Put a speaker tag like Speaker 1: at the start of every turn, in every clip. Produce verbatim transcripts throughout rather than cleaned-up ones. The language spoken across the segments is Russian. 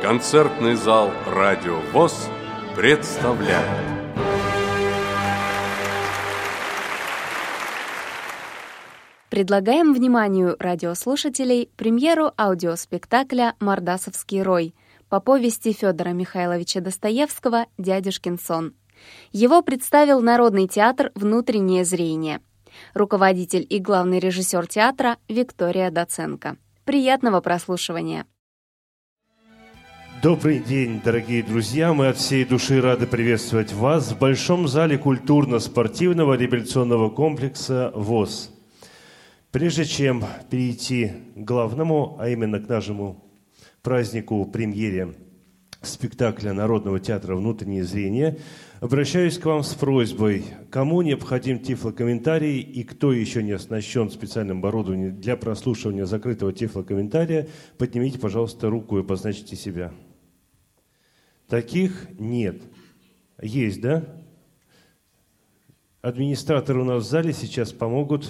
Speaker 1: Концертный зал «Радио ВОС» представляет.
Speaker 2: Предлагаем вниманию радиослушателей премьеру аудиоспектакля «Мордасовский рой» по повести Федора Михайловича Достоевского «Дядюшкин сон». Его представил Народный театр «Внутреннее зрение». Руководитель и главный режиссер театра Виктория Доценко. Приятного прослушивания!
Speaker 3: Добрый день, дорогие друзья! Мы от всей души рады приветствовать вас в Большом зале культурно-спортивного реабилитационного комплекса ВОС. Прежде чем перейти к главному, а именно к нашему празднику, премьере спектакля Народного театра «Внутреннее зрение», обращаюсь к вам с просьбой, кому необходим тифлокомментарий и кто еще не оснащен специальным оборудованием для прослушивания закрытого тифлокомментария, поднимите, пожалуйста, руку и обозначьте себя. Таких нет. Есть, да? Администраторы у нас в зале сейчас помогут.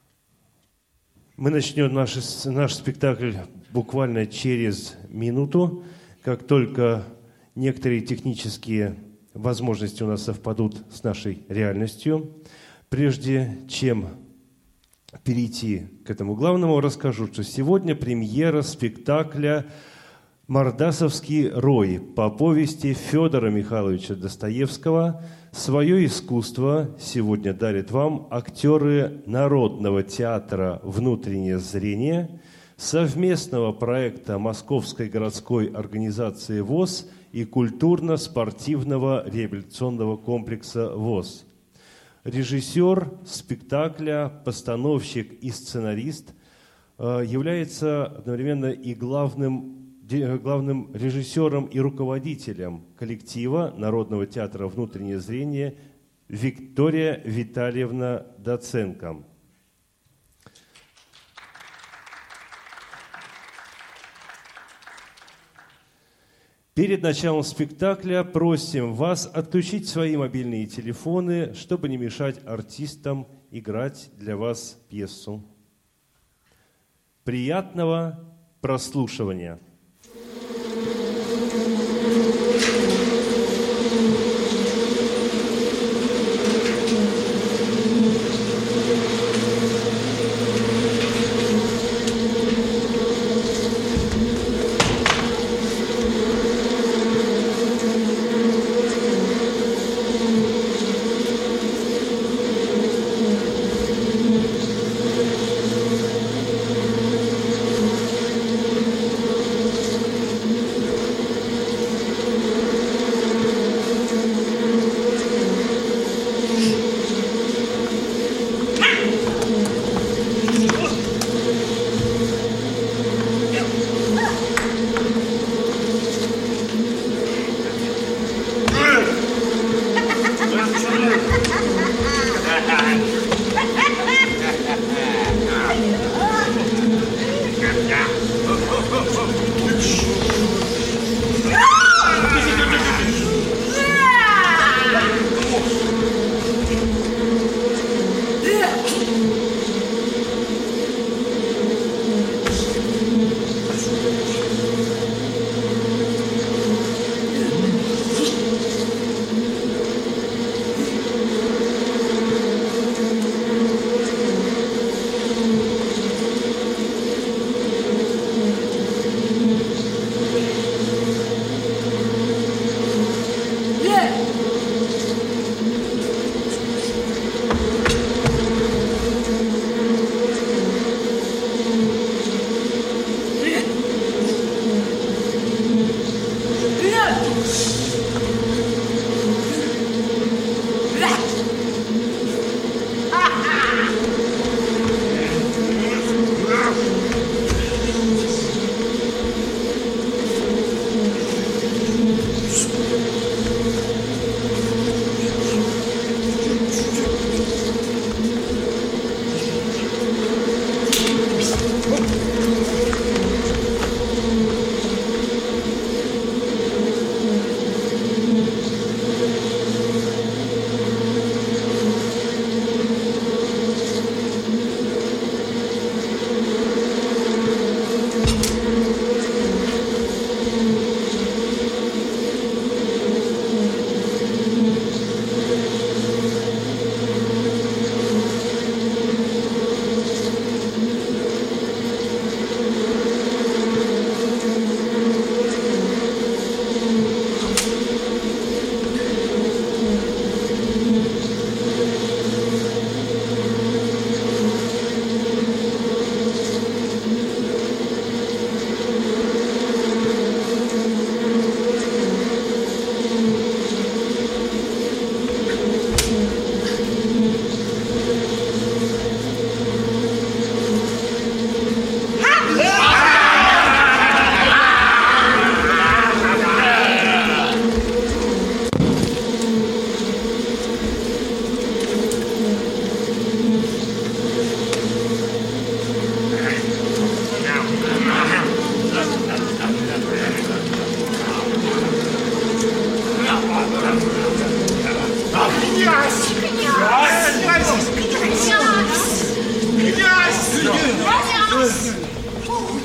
Speaker 3: Мы начнем наш, наш спектакль буквально через минуту. Как только некоторые технические возможности у нас совпадут с нашей реальностью. Прежде чем перейти к этому главному, расскажу, что сегодня премьера спектакля «Мордасовский рой» по повести Федора Михайловича Достоевского. Свое искусство сегодня дарят вам актеры Народного театра «Внутреннее зрение», совместного проекта Московской городской организации ВОС и культурно-спортивного реабилитационного комплекса ВОС. Режиссер спектакля, постановщик и сценарист является одновременно и главным, главным режиссером и руководителем коллектива Народного театра «Внутреннее зрение» Виктория Витальевна Доценко. Перед началом спектакля просим вас отключить свои мобильные телефоны, чтобы не мешать артистам играть для вас пьесу. Приятного прослушивания!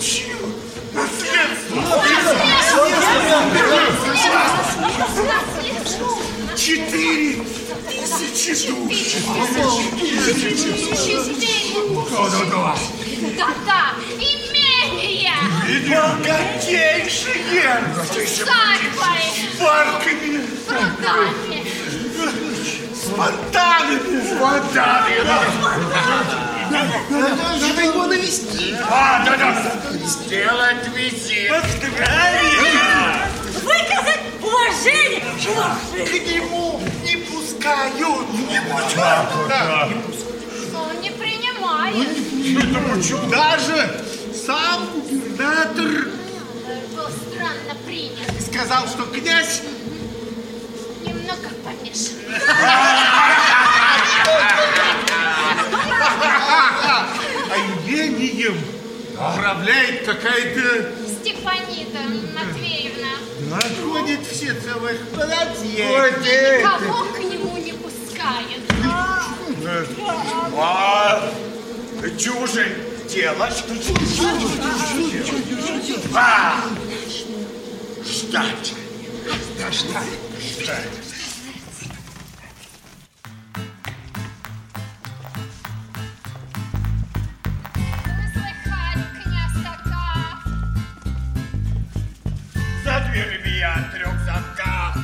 Speaker 4: получил наследство. Четыре тысячи душ. Да-да-да.
Speaker 5: Да-да, имение.
Speaker 4: Богатейшие.
Speaker 5: Садьбой.
Speaker 4: С парками.
Speaker 5: Продами.
Speaker 4: С фонтанами. С фонтанами.
Speaker 6: Надо его навести.
Speaker 4: А, да-да. Сделать визит. Поздравить.
Speaker 5: Выказать уважение.
Speaker 4: К нему не пускают. Не пускают.
Speaker 5: Он не принимает.
Speaker 4: Это почему? Даже сам губернатор
Speaker 5: Был странно принят.
Speaker 4: сказал, что князь
Speaker 5: Немного помешан.
Speaker 4: а имением управляет какая-то...
Speaker 5: Степанида Матвеевна.
Speaker 4: Находит все целых молодец.
Speaker 5: Никого к нему не пускает.
Speaker 4: А, чего же делать? А, ждать. Ждать. Ждать.
Speaker 5: Слыхали, князь Така.
Speaker 4: За дверями я трех замках.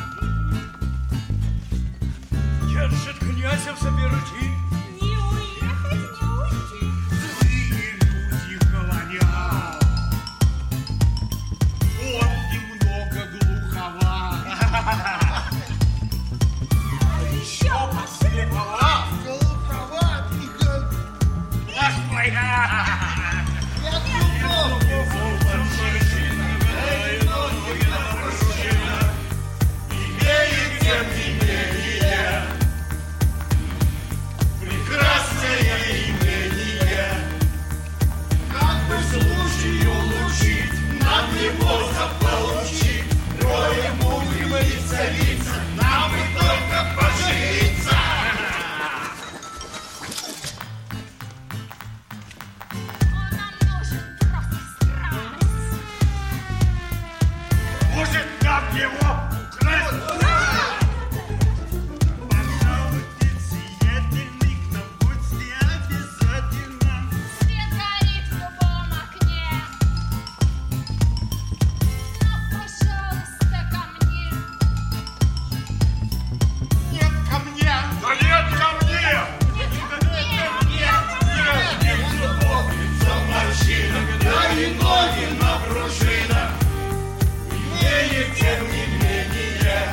Speaker 4: Держит князя в заперти.
Speaker 5: Не уехать, не уйти.
Speaker 4: Злые люди говорят, он немного глуховат. А еще послеповат. Глуховат и как... Ах, моя!
Speaker 5: Он нам нужен просто страсть.
Speaker 4: Может, нам его украсть? Пожалуйте, сиятельный, к нам в гости обязательно.
Speaker 5: Свет горит в любом окне. Но, пожалуйста, ко мне.
Speaker 4: Нет ко мне! Да нет ко мне!
Speaker 5: Нет, нет, нет.
Speaker 4: Да и ноги на пружинах. Имеет, тем не менее,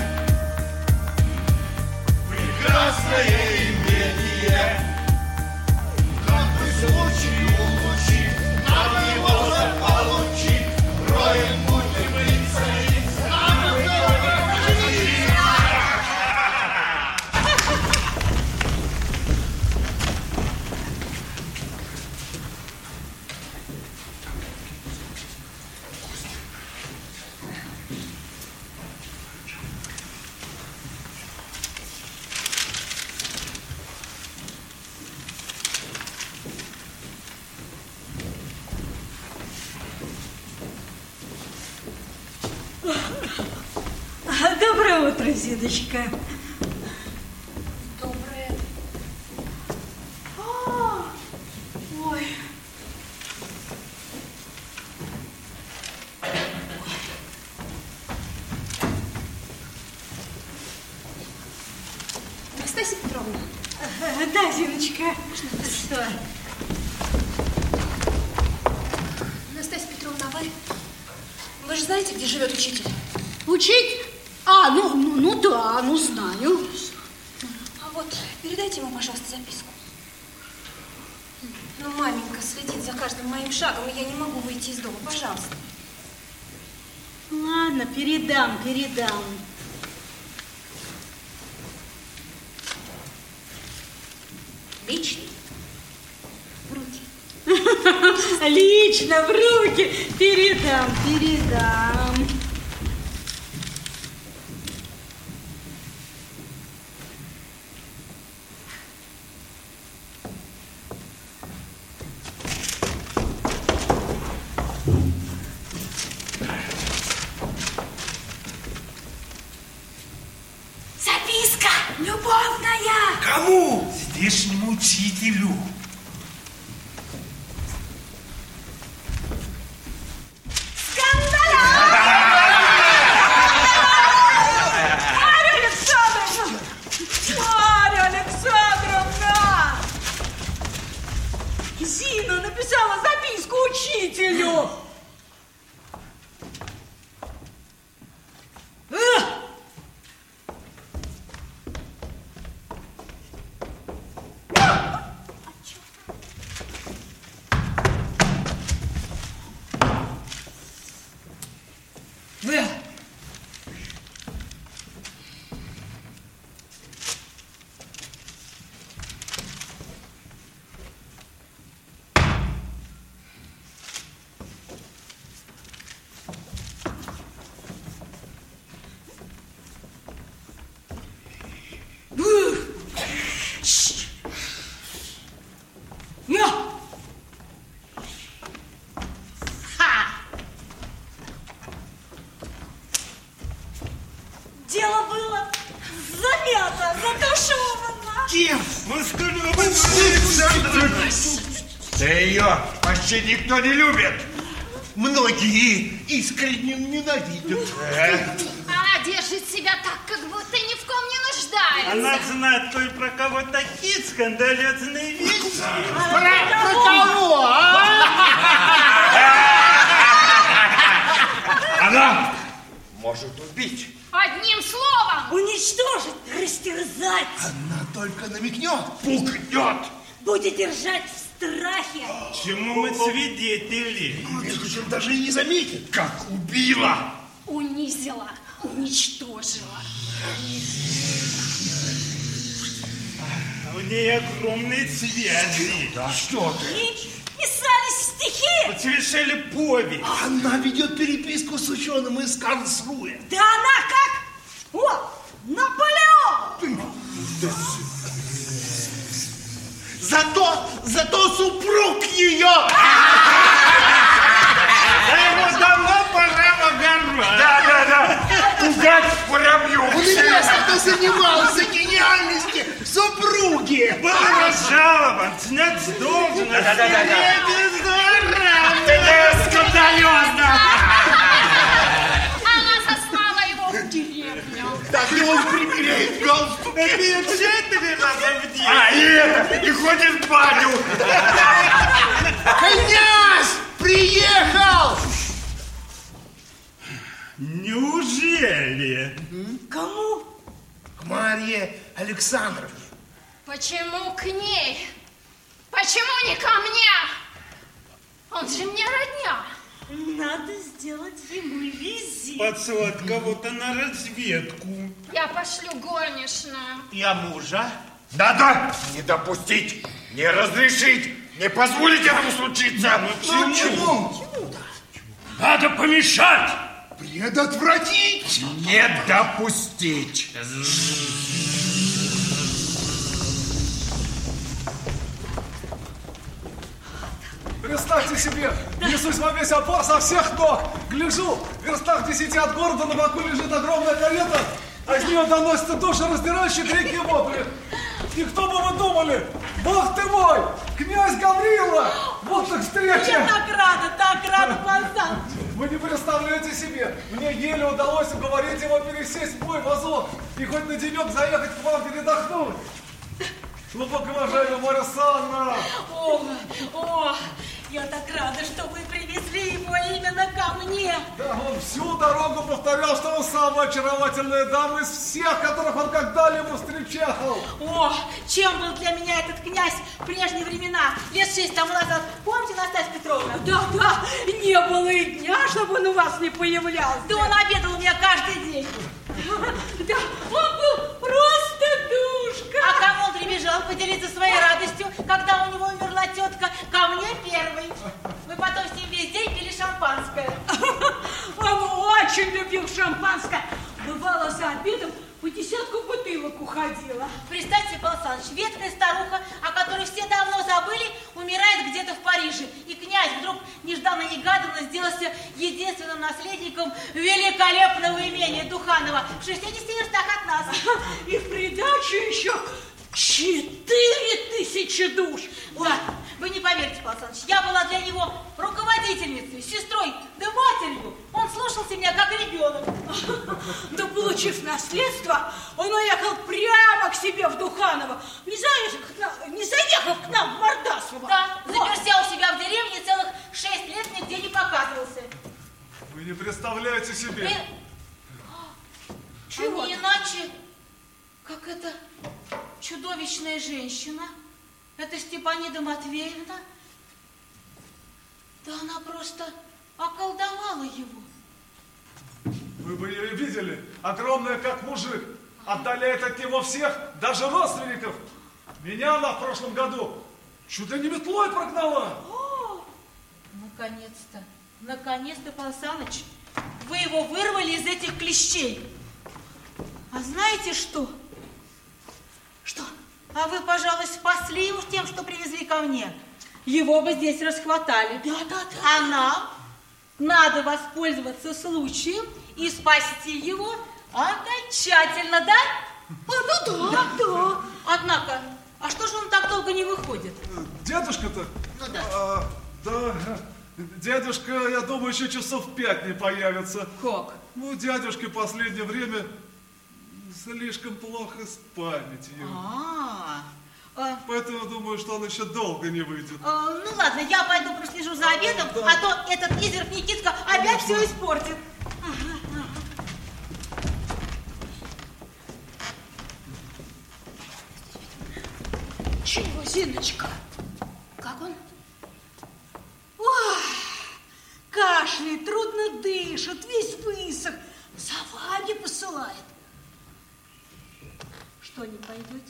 Speaker 4: прекрасное имение. Как бы случай улучшить, нам его заполучить. Роем будем лицарить, нам его заполучить.
Speaker 7: Доброе утро, Зиночка.
Speaker 5: Доброе.
Speaker 7: А, ой.
Speaker 5: Настасья Петровна.
Speaker 7: Э, Да, Зиночка. Что?
Speaker 5: Настасья Петровна, вы... Вы же знаете, где живет учитель?
Speaker 7: Учить? А, ну, ну, ну да, ну знаю.
Speaker 5: А вот передайте ему, пожалуйста, записку. Ну, маменька следит за каждым моим шагом, и я не могу выйти из дома. Пожалуйста.
Speaker 7: Ладно, передам, передам.
Speaker 5: Лично. В руки.
Speaker 7: Лично в руки. Передам, передам.
Speaker 4: учителю.
Speaker 7: Марья Александровна! Марья Александровна! Зина написала записку учителю. Дело было замято, затушевано.
Speaker 4: Кем? Да ее почти никто не любит. Многие искренне ненавидят.
Speaker 5: Она держит себя так, как будто ни в ком не нуждается.
Speaker 8: Она знает кое про кого такие скандалезные вещи.
Speaker 6: Про кого, а?
Speaker 4: Она может убить.
Speaker 5: Одним словом.
Speaker 7: Уничтожить, растерзать.
Speaker 6: Она только намекнет.
Speaker 4: Пугнет.
Speaker 7: Будет держать в страхе.
Speaker 8: Чему мы свидетели?
Speaker 6: Между чем даже и не заметит.
Speaker 4: Как убила.
Speaker 5: Унизила, уничтожила.
Speaker 8: У нее огромные связи.
Speaker 4: Да что ты?
Speaker 7: И писались стихи.
Speaker 8: Совершили повесть.
Speaker 6: Она ведет переписку с ученым из Карлсруэ.
Speaker 7: Да она как... О, Наполеон!
Speaker 6: Зато, зато супруг ее.
Speaker 8: Да ему давно пора в огород.
Speaker 4: Да, да, да. Пугать воробью.
Speaker 6: Он известно занимался гениальности супруги.
Speaker 8: Был разжалован, снят с должности.
Speaker 4: Да, да, да, да.
Speaker 8: Бездорожно.
Speaker 4: Скандалезно.
Speaker 5: Она сослала его в деревню.
Speaker 6: Так и он примеряет галстук.
Speaker 8: Пьет четыре раза в день.
Speaker 4: А, и это, и ходит в баню.
Speaker 6: Князь приехал.
Speaker 8: Неужели?
Speaker 7: Кому?
Speaker 6: К Марье Александровне.
Speaker 5: Почему к ней? Почему не ко мне? Он же мне родня.
Speaker 7: Надо сделать ему визит.
Speaker 8: Послать кого-то на разведку.
Speaker 5: Я пошлю горничную.
Speaker 6: Я мужа.
Speaker 4: Надо не допустить, не разрешить, не позволить этому случиться.
Speaker 6: Ну чему?
Speaker 4: Надо помешать.
Speaker 6: Предотвратить.
Speaker 4: Не допустить.
Speaker 9: Представьте себе, несусь во весь опор со всех ног. Гляжу, в верстах в десяти от города на боку лежит огромная карета, а из нее доносятся душераздирающие крики и вопли. И кто бы вы думали? Бог ты мой! Князь Гаврила! Вот так встреча!
Speaker 7: Я так рада, так рада, Пансан!
Speaker 9: Вы не представляете себе, мне еле удалось уговорить его пересесть в мой вазок и хоть на денек заехать к вам передохнуть. Глубоко уважаемая Марья Александровна!
Speaker 7: О, о, я так рада, что вы привезли его именно ко мне.
Speaker 9: Да, он всю дорогу повторял, что он самая очаровательная дама из всех, которых он когда-либо встречал.
Speaker 7: О, чем был для меня этот князь в прежние времена, лет шесть тому назад. Помните, Настасья Петровна? Да, да, не было и дня, чтобы он у вас не появлялся. Да он обедал у меня каждый день. Да, он был просто душка. А кому он прибежал поделиться своей радостью, когда у него умерла тетка? Ко мне первый. Мы потом с ним весь день пили шампанское. Он очень любил шампанское. Бывало, за обедом по десятку бутылок уходила. Представьте, Павел Александрович, ветхая старуха, о которой все давно забыли, умирает где-то в Париже. И князь вдруг нежданно-негаданно сделался единственным наследником великолепного имения Духанова в шестидесяти верстах от нас. И в придачу еще Четыре тысячи душ! Да, вы не поверите, Павел Александрович, я была для него руководительницей, сестрой, да матерью. Он слушался меня как ребенок. Да, получив наследство, он уехал прямо к себе в Духаново, не заехав к нам, не заехав к нам в Мордасово.
Speaker 5: Да, заперся у себя в деревне, целых шесть лет нигде не показывался.
Speaker 9: Вы не представляете себе.
Speaker 5: Чего? А не иначе, как эта чудовищная женщина, это Степанида Матвеевна, да она просто околдовала его.
Speaker 9: Вы бы ее видели, огромная как мужик, отдаляет от него всех, даже родственников. Меня она в прошлом году чуть ли не метлой прогнала.
Speaker 5: О, наконец-то, наконец-то, Павел Александрович, вы его вырвали из этих клещей. А знаете что? Что? А вы, пожалуй, спасли его тем, что привезли ко мне. Его бы здесь расхватали.
Speaker 7: Да, да, да.
Speaker 5: А нам надо воспользоваться случаем и спасти его окончательно, да?
Speaker 7: А, ну да, да.
Speaker 5: Однако, а что же он так долго не выходит?
Speaker 9: Дедушка-то?
Speaker 5: Ну да.
Speaker 9: А, да, дедушка, я думаю, еще часов пять не появится.
Speaker 5: Как?
Speaker 9: Ну, дядюшка в последнее время слишком плохо с памятью.
Speaker 5: А, а,
Speaker 9: Поэтому думаю, что он еще долго не выйдет.
Speaker 5: а, ну ладно, я пойду прослежу за обедом,
Speaker 9: Да.
Speaker 5: а то этот изверг Никитка опять все испортит.
Speaker 7: Чего, Зиночка?
Speaker 5: Как он?
Speaker 7: Ой, кашляет, трудно дышит, весь высох. За вами посылает. Что, не пойдете?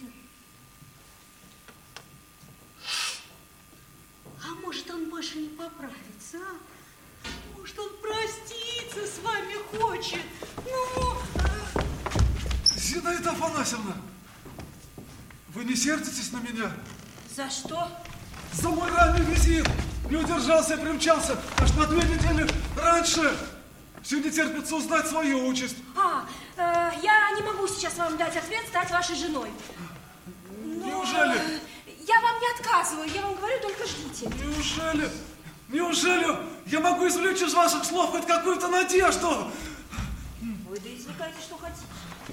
Speaker 7: А может, он больше не поправится, а? Может, он проститься с вами хочет? Ну...
Speaker 9: Зинаида Афанасьевна, вы не сердитесь на меня?
Speaker 7: За что?
Speaker 9: За мой ранний визит. Не удержался и примчался аж на две недели раньше. Все не терпится узнать свою участь.
Speaker 10: А, э, я не могу сейчас вам дать ответ, стать вашей женой. Но
Speaker 9: Неужели?
Speaker 10: Я вам не отказываю, я вам говорю, только ждите.
Speaker 9: Неужели? Неужели я могу извлечь из ваших слов хоть какую-то надежду?
Speaker 10: Вы да извлекайте, что хотите.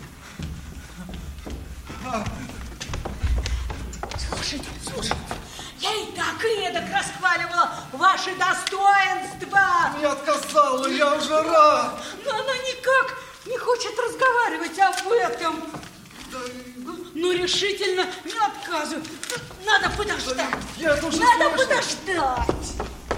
Speaker 9: А,
Speaker 7: Слушайте, слушайте, я и так и эдак расхваливала ваши достоинства.
Speaker 9: не отказала, я уже рад.
Speaker 7: Но она никак не хочет разговаривать об этом. Ну, решительно не отказываю. Надо подождать.
Speaker 9: Я это уже
Speaker 7: Надо
Speaker 9: слышал.
Speaker 7: подождать.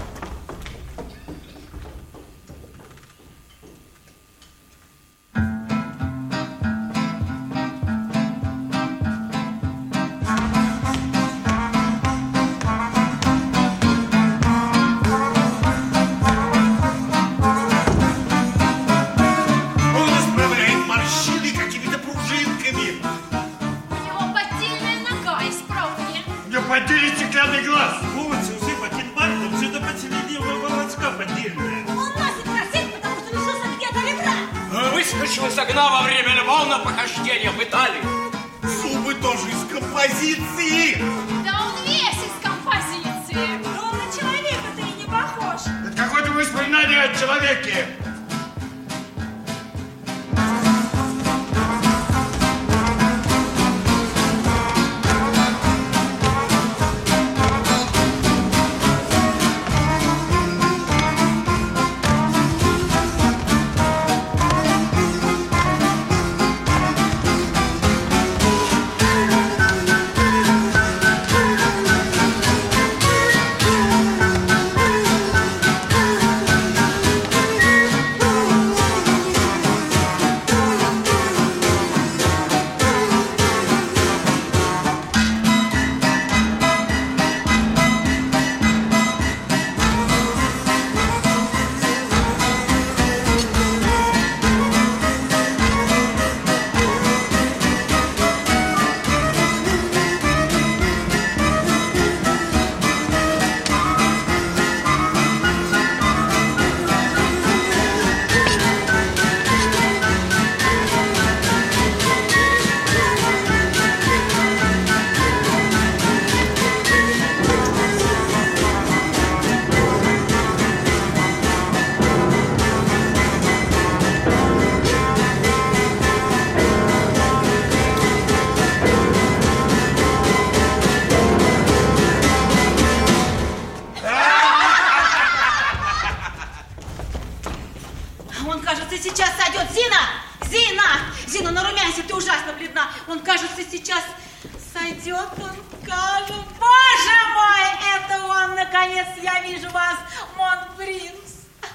Speaker 4: Он исправляет морщины какими-то пружинками.
Speaker 5: У него поддельная нога из пробки.
Speaker 4: Мне поддели стеклянный глаз.
Speaker 8: Волосы усыпать инвалидом, все до последнего волоска поддельное.
Speaker 7: Он носит корсет, потому что лишился где-то ребра.
Speaker 11: Выскочил из окна во время любовного похождения в Италии.
Speaker 4: Зубы тоже из композиции.
Speaker 5: Да он весь из композиции.
Speaker 10: Но он на человека-то и не похож.
Speaker 4: Это какое-то воспоминание о человеке.
Speaker 5: Он, кажется, сейчас сойдет. Зина! Зина! Зина, нарумянься, ты ужасно бледна. Он, кажется, сейчас сойдет. Он скажет: боже мой, это он, наконец, я вижу вас, мон принц.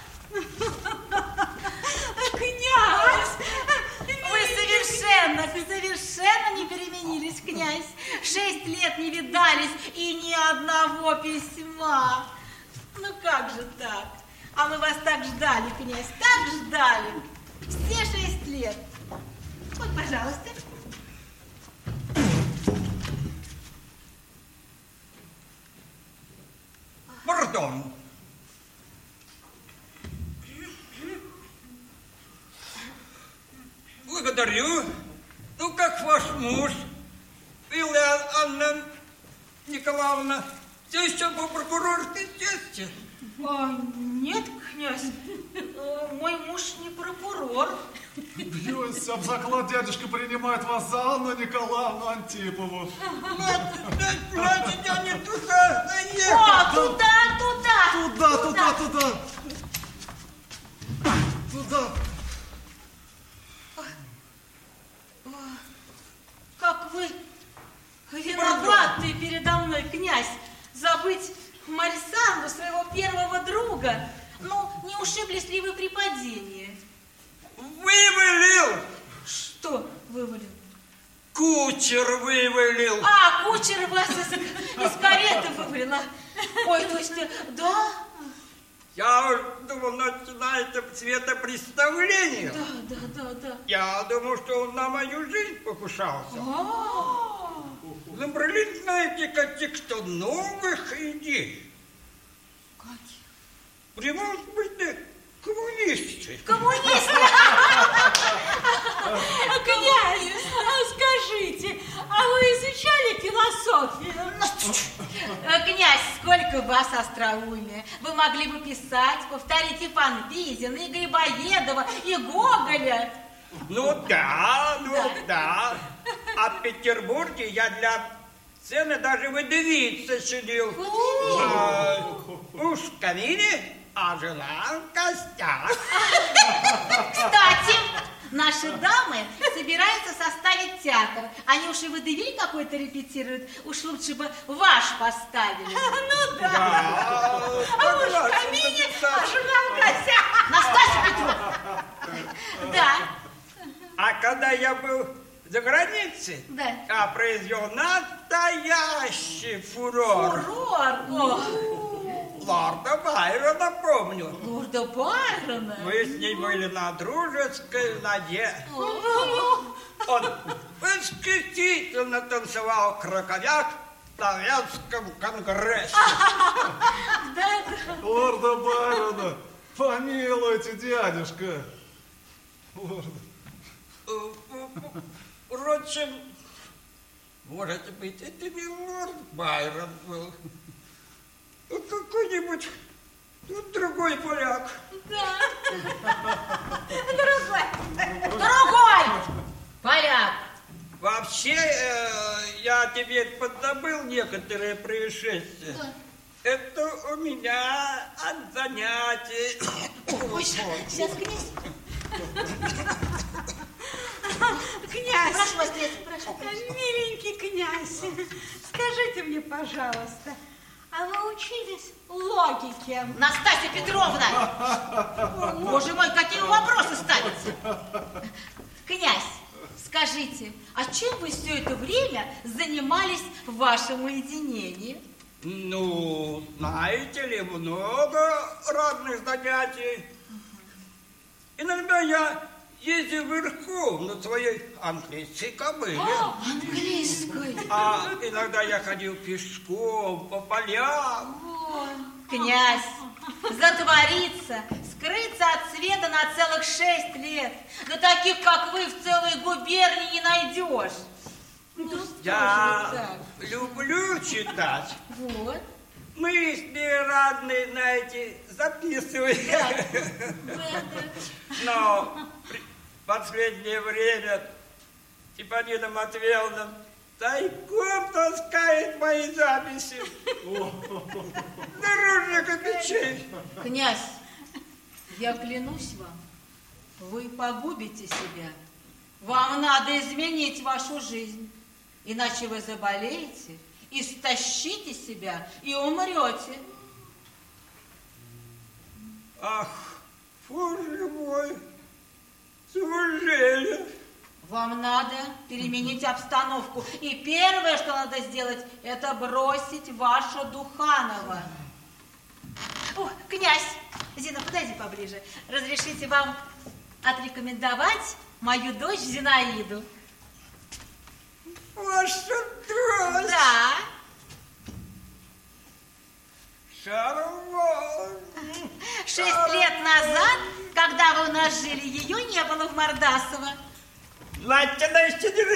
Speaker 5: Князь! Вы совершенно, совершенно не переменились, князь. Шесть лет не видались и ни одного письма. Ну как же так? А мы вас так ждали, князь, так ждали. Все шесть лет. Вот, пожалуйста.
Speaker 11: Пардон. Благодарю. Ну, как ваш муж, Илья Анна Николаевна, все еще по прокурорской части?
Speaker 5: А, нет, князь, мой муж не прокурор.
Speaker 9: Бьюсь об заклад, дядюшка принимает вас за Анну Николаевну Антипову.
Speaker 11: Значит, я не туда заехал.
Speaker 5: О, туда, туда.
Speaker 9: Туда, туда, туда. Туда.
Speaker 5: Как вы виноваты передо мной, князь, забыть Марисанду, своего первого друга. Ну, не ушиблись ли вы при падении?
Speaker 11: Вывалил.
Speaker 5: Что вывалил?
Speaker 11: Кучер вывалил.
Speaker 5: А, кучер вас из, из кареты вывалил. Ой, то есть, да?
Speaker 11: Я уж думал, начинается светопредставление.
Speaker 5: Да, да, да, да.
Speaker 11: Я думал, что он на мою жизнь покушался.
Speaker 5: А-а-а.
Speaker 11: Набрали, знаете, каких-то новых идей.
Speaker 5: Каких?
Speaker 11: Прямо, быть, коммунисты.
Speaker 5: Коммунисты? Князь, скажите, а вы изучали философию? Князь, сколько у вас остроумия. Вы могли бы писать, повторить и Фанвизина, и Грибоедова, и Гоголя.
Speaker 11: Ну да, ну да. да. А в Петербурге я для сцены даже выдавить сочинил. А, уж в камине, а жила в гостях.
Speaker 5: Кстати, наши дамы собираются составить театр. Они уж и водевиль какой-то репетируют. Уж лучше бы ваш поставили. Ну да.
Speaker 11: Да.
Speaker 5: А уж в камине, а жила в гостях. Настасья Петровна. Да.
Speaker 11: А когда я был за границей,
Speaker 5: да.
Speaker 11: а произвел настоящий фурор.
Speaker 5: Фурор? О.
Speaker 11: Лорда Байрона помню.
Speaker 5: Лорда Байрона?
Speaker 11: Мы с ней были на дружеской ноге. Он восхитительно танцевал краковяк в Советском конгрессе.
Speaker 9: Лорда Байрона, помилуйте, дядюшка. Лорда.
Speaker 11: Впрочем, может быть, это не лорд Байрон был. Какой-нибудь другой поляк.
Speaker 5: Да. Другой. Другой поляк.
Speaker 11: Вообще, э, я теперь подзабыл некоторые происшествия. Да. Это у меня от занятий.
Speaker 5: Ой, сейчас, князь. Князь. Прошу вас, князь, прошу, прошу.
Speaker 7: Миленький князь, скажите мне, пожалуйста, а вы учились логике?
Speaker 5: Настасья Петровна! Боже мой, какие вопросы ставите? Князь, скажите, а чем вы все это время занимались в вашем уединении?
Speaker 11: Ну, знаете ли, много разных занятий. Иногда я ездил верхом на своей английской кобыле.
Speaker 5: А, английской?
Speaker 11: А иногда я ходил пешком по полям.
Speaker 5: О, князь, затвориться, скрыться от света на целых шесть лет. Да таких, как вы, в целой губернии не найдешь. Ну,
Speaker 11: я люблю читать.
Speaker 5: Вот.
Speaker 11: Мысли разные, знаете, записываю. Но в последнее время Степанина Матвеевна тайком таскает мои записи. Дорожных печей.
Speaker 5: Князь, я клянусь вам, Вы погубите себя. Вам надо изменить вашу жизнь. Иначе вы заболеете, истощите себя и умрете.
Speaker 11: Ах, боже мой, неужели?
Speaker 5: Вам надо переменить обстановку. И первое, что надо сделать, это бросить ваше Духаново. О, князь! Зина, подойди поближе. Разрешите вам отрекомендовать мою дочь Зинаиду.
Speaker 11: Ваша дочь?
Speaker 5: Да.
Speaker 11: Шарман.
Speaker 5: Шесть Шарман. лет назад, когда вы у нас жили, ее не было в Мордасово.
Speaker 11: Значит, она еще не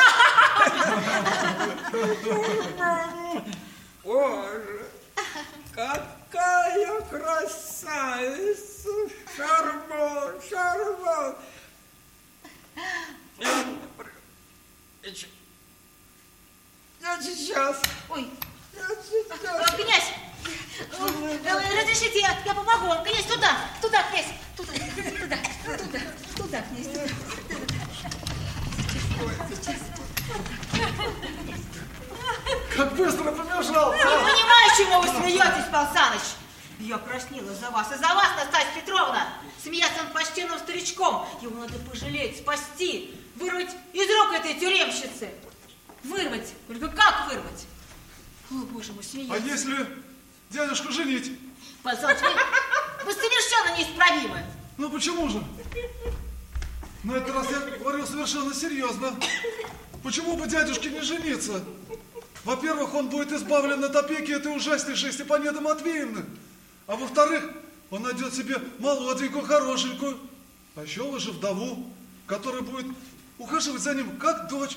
Speaker 11: родилась. Боже, какая красавица! Шарман, Шарман. Я сейчас.
Speaker 5: Ой.
Speaker 11: Я сейчас.
Speaker 5: Князь, разрешите, я, я помогу вам. Князь, туда, туда, князь. Туда, туда, туда, туда, князь, туда.
Speaker 9: Как быстро побежал!
Speaker 5: Не понимаю, чему вы смеетесь, Павел Саныч. Я краснела за вас, и за вас, Настасья Петровна. Смеяться над почтенным старичком. Его надо пожалеть, спасти, вырвать из рук этой тюремщицы. Вырвать. Только как вырвать? О, боже мой, смеяться.
Speaker 9: А если дядюшку женить?
Speaker 5: Павел Саныч, вы, вы совершенно неисправимы.
Speaker 9: Ну почему же? На этот раз я говорю совершенно серьезно. Почему бы дядюшке не жениться? Во-первых, он будет избавлен от опеки этой ужаснейшей Степаниды Матвеевны. А во-вторых, он найдет себе молоденькую, хорошенькую, а еще лучше вдову, которая будет ухаживать за ним, как дочь.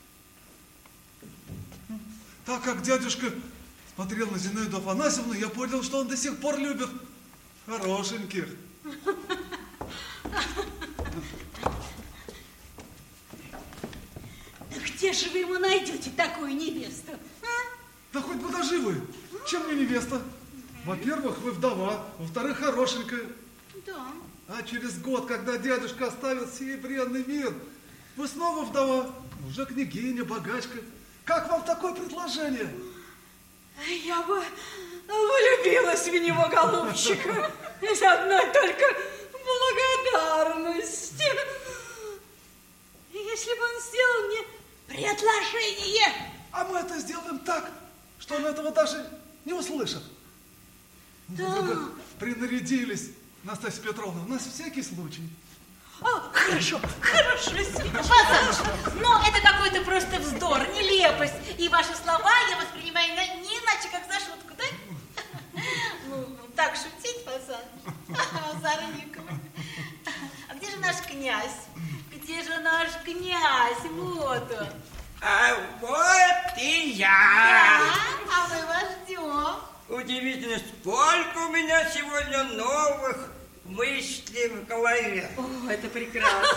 Speaker 9: Так как дядюшка смотрел на Зинаиду Афанасьевну, я понял, что он до сих пор любит хорошеньких.
Speaker 10: Где же вы ему найдете такую невесту? А?
Speaker 9: Да хоть бы даже вы. Чем мне невеста? Во-первых, вы вдова, во-вторых, хорошенькая.
Speaker 5: Да.
Speaker 9: А через год, когда дядюшка оставит сей бренный мир, вы снова вдова, уже княгиня, богачка. Как вам такое предложение?
Speaker 10: Я бы влюбилась в него, голубчика, из одной только благодарности. Если бы он сделал мне предложение.
Speaker 9: А мы это сделаем так, что он этого даже не услышит.
Speaker 10: Да.
Speaker 9: Вы бы принарядились, Настасья Петровна, у нас всякий случай.
Speaker 10: А, хорошо, хорошо,
Speaker 5: Павел Саныч, ну это какой-то просто вздор, нелепость. И ваши слова я воспринимаю не иначе, как за шутку, да? Ну, так шутить, Павел Саныч? Зарников. А где же наш князь? Где же наш князь? Вот он.
Speaker 11: А вот и я.
Speaker 5: Да, а мы вас ждем.
Speaker 11: Удивительно, сколько у меня сегодня новых мыслей в голове.
Speaker 5: О, это прекрасно.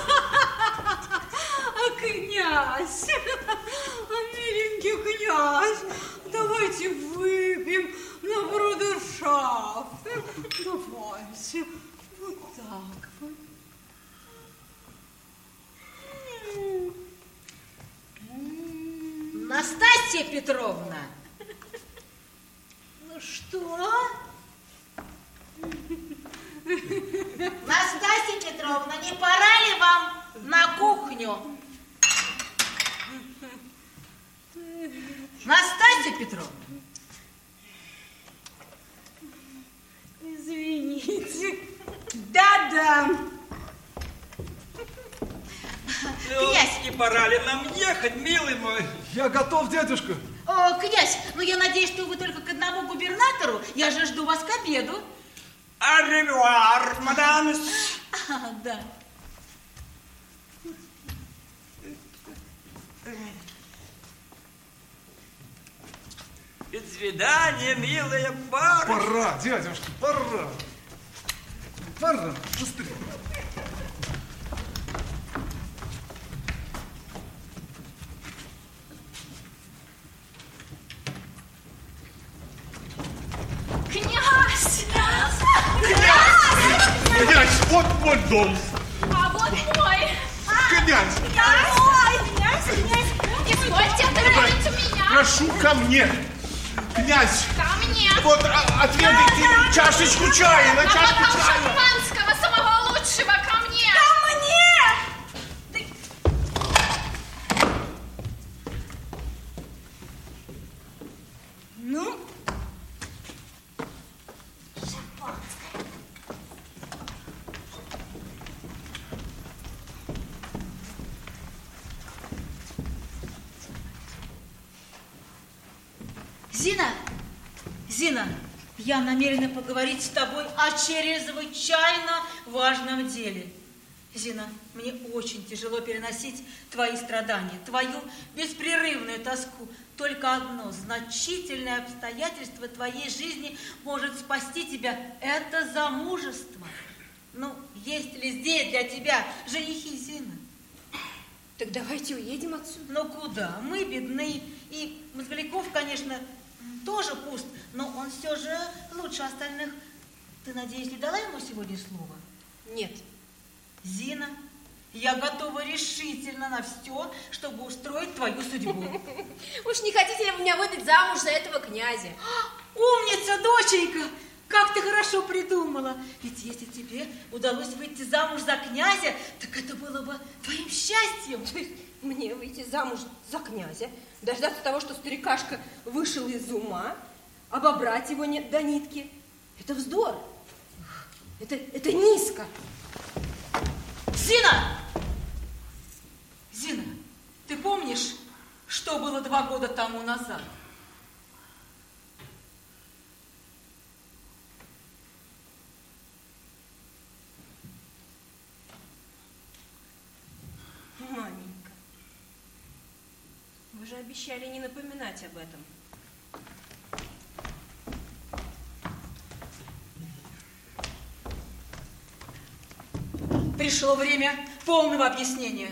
Speaker 10: А князь, миленький князь, давайте выпьем на брудершафт. Давайте, вот так вот.
Speaker 5: Настасья Петровна.
Speaker 10: Ну что?
Speaker 5: Настасья Петровна, не пора ли вам на кухню? Настасья Петровна.
Speaker 10: Извините.
Speaker 5: Да-да. Князь.
Speaker 11: Не пора ли нам ехать, милый мой?
Speaker 9: Я готов, дядюшка.
Speaker 5: О, князь, ну я надеюсь, что вы только к одному губернатору. Я же жду вас к обеду.
Speaker 11: Аревуар, мадам.
Speaker 5: А, да.
Speaker 11: До свидания, милая пара.
Speaker 9: Пора, дядюшка, пора. Пора, быстрее.
Speaker 10: Князь!
Speaker 6: Князь, вот мой дом.
Speaker 12: Ой!
Speaker 6: Князь!
Speaker 12: Ой! Князь, князь! Извольте отравить у меня!
Speaker 6: Прошу ко мне! Князь!
Speaker 12: Ко мне!
Speaker 6: Вот, а, отведайте чашечку чая, на чашку
Speaker 12: бокал
Speaker 6: чая!
Speaker 12: шампанского, самого лучшего, ко мне!
Speaker 10: Ко мне!
Speaker 5: Ну? Зина, Зина, я намерена поговорить с тобой о чрезвычайно важном деле. Зина, мне очень тяжело переносить твои страдания, твою беспрерывную тоску. Только одно значительное обстоятельство твоей жизни может спасти тебя – это замужество. Ну, есть ли здесь для тебя женихи, Зина?
Speaker 10: Так давайте уедем отсюда.
Speaker 5: Ну куда? Мы бедны, и Мозголяков, конечно, тоже пуст, но он все же лучше остальных. Ты, надеюсь, не дала ему сегодня слова?
Speaker 10: Нет.
Speaker 5: Зина, я готова решительно на все, чтобы устроить твою судьбу.
Speaker 10: Уж не хотите ли вы меня выдать замуж за этого князя?
Speaker 5: Умница, доченька! Как ты хорошо придумала. Ведь если тебе удалось выйти замуж за князя, так это было бы твоим счастьем.
Speaker 10: Мне выйти замуж за князя, дождаться того, что старикашка вышел из ума, обобрать его не, до нитки. Это вздор. Это, это низко.
Speaker 5: Зина! Зина, ты помнишь, что было два года тому назад?
Speaker 10: Маменька, вы же обещали не напоминать об этом.
Speaker 5: Пришло время полного объяснения.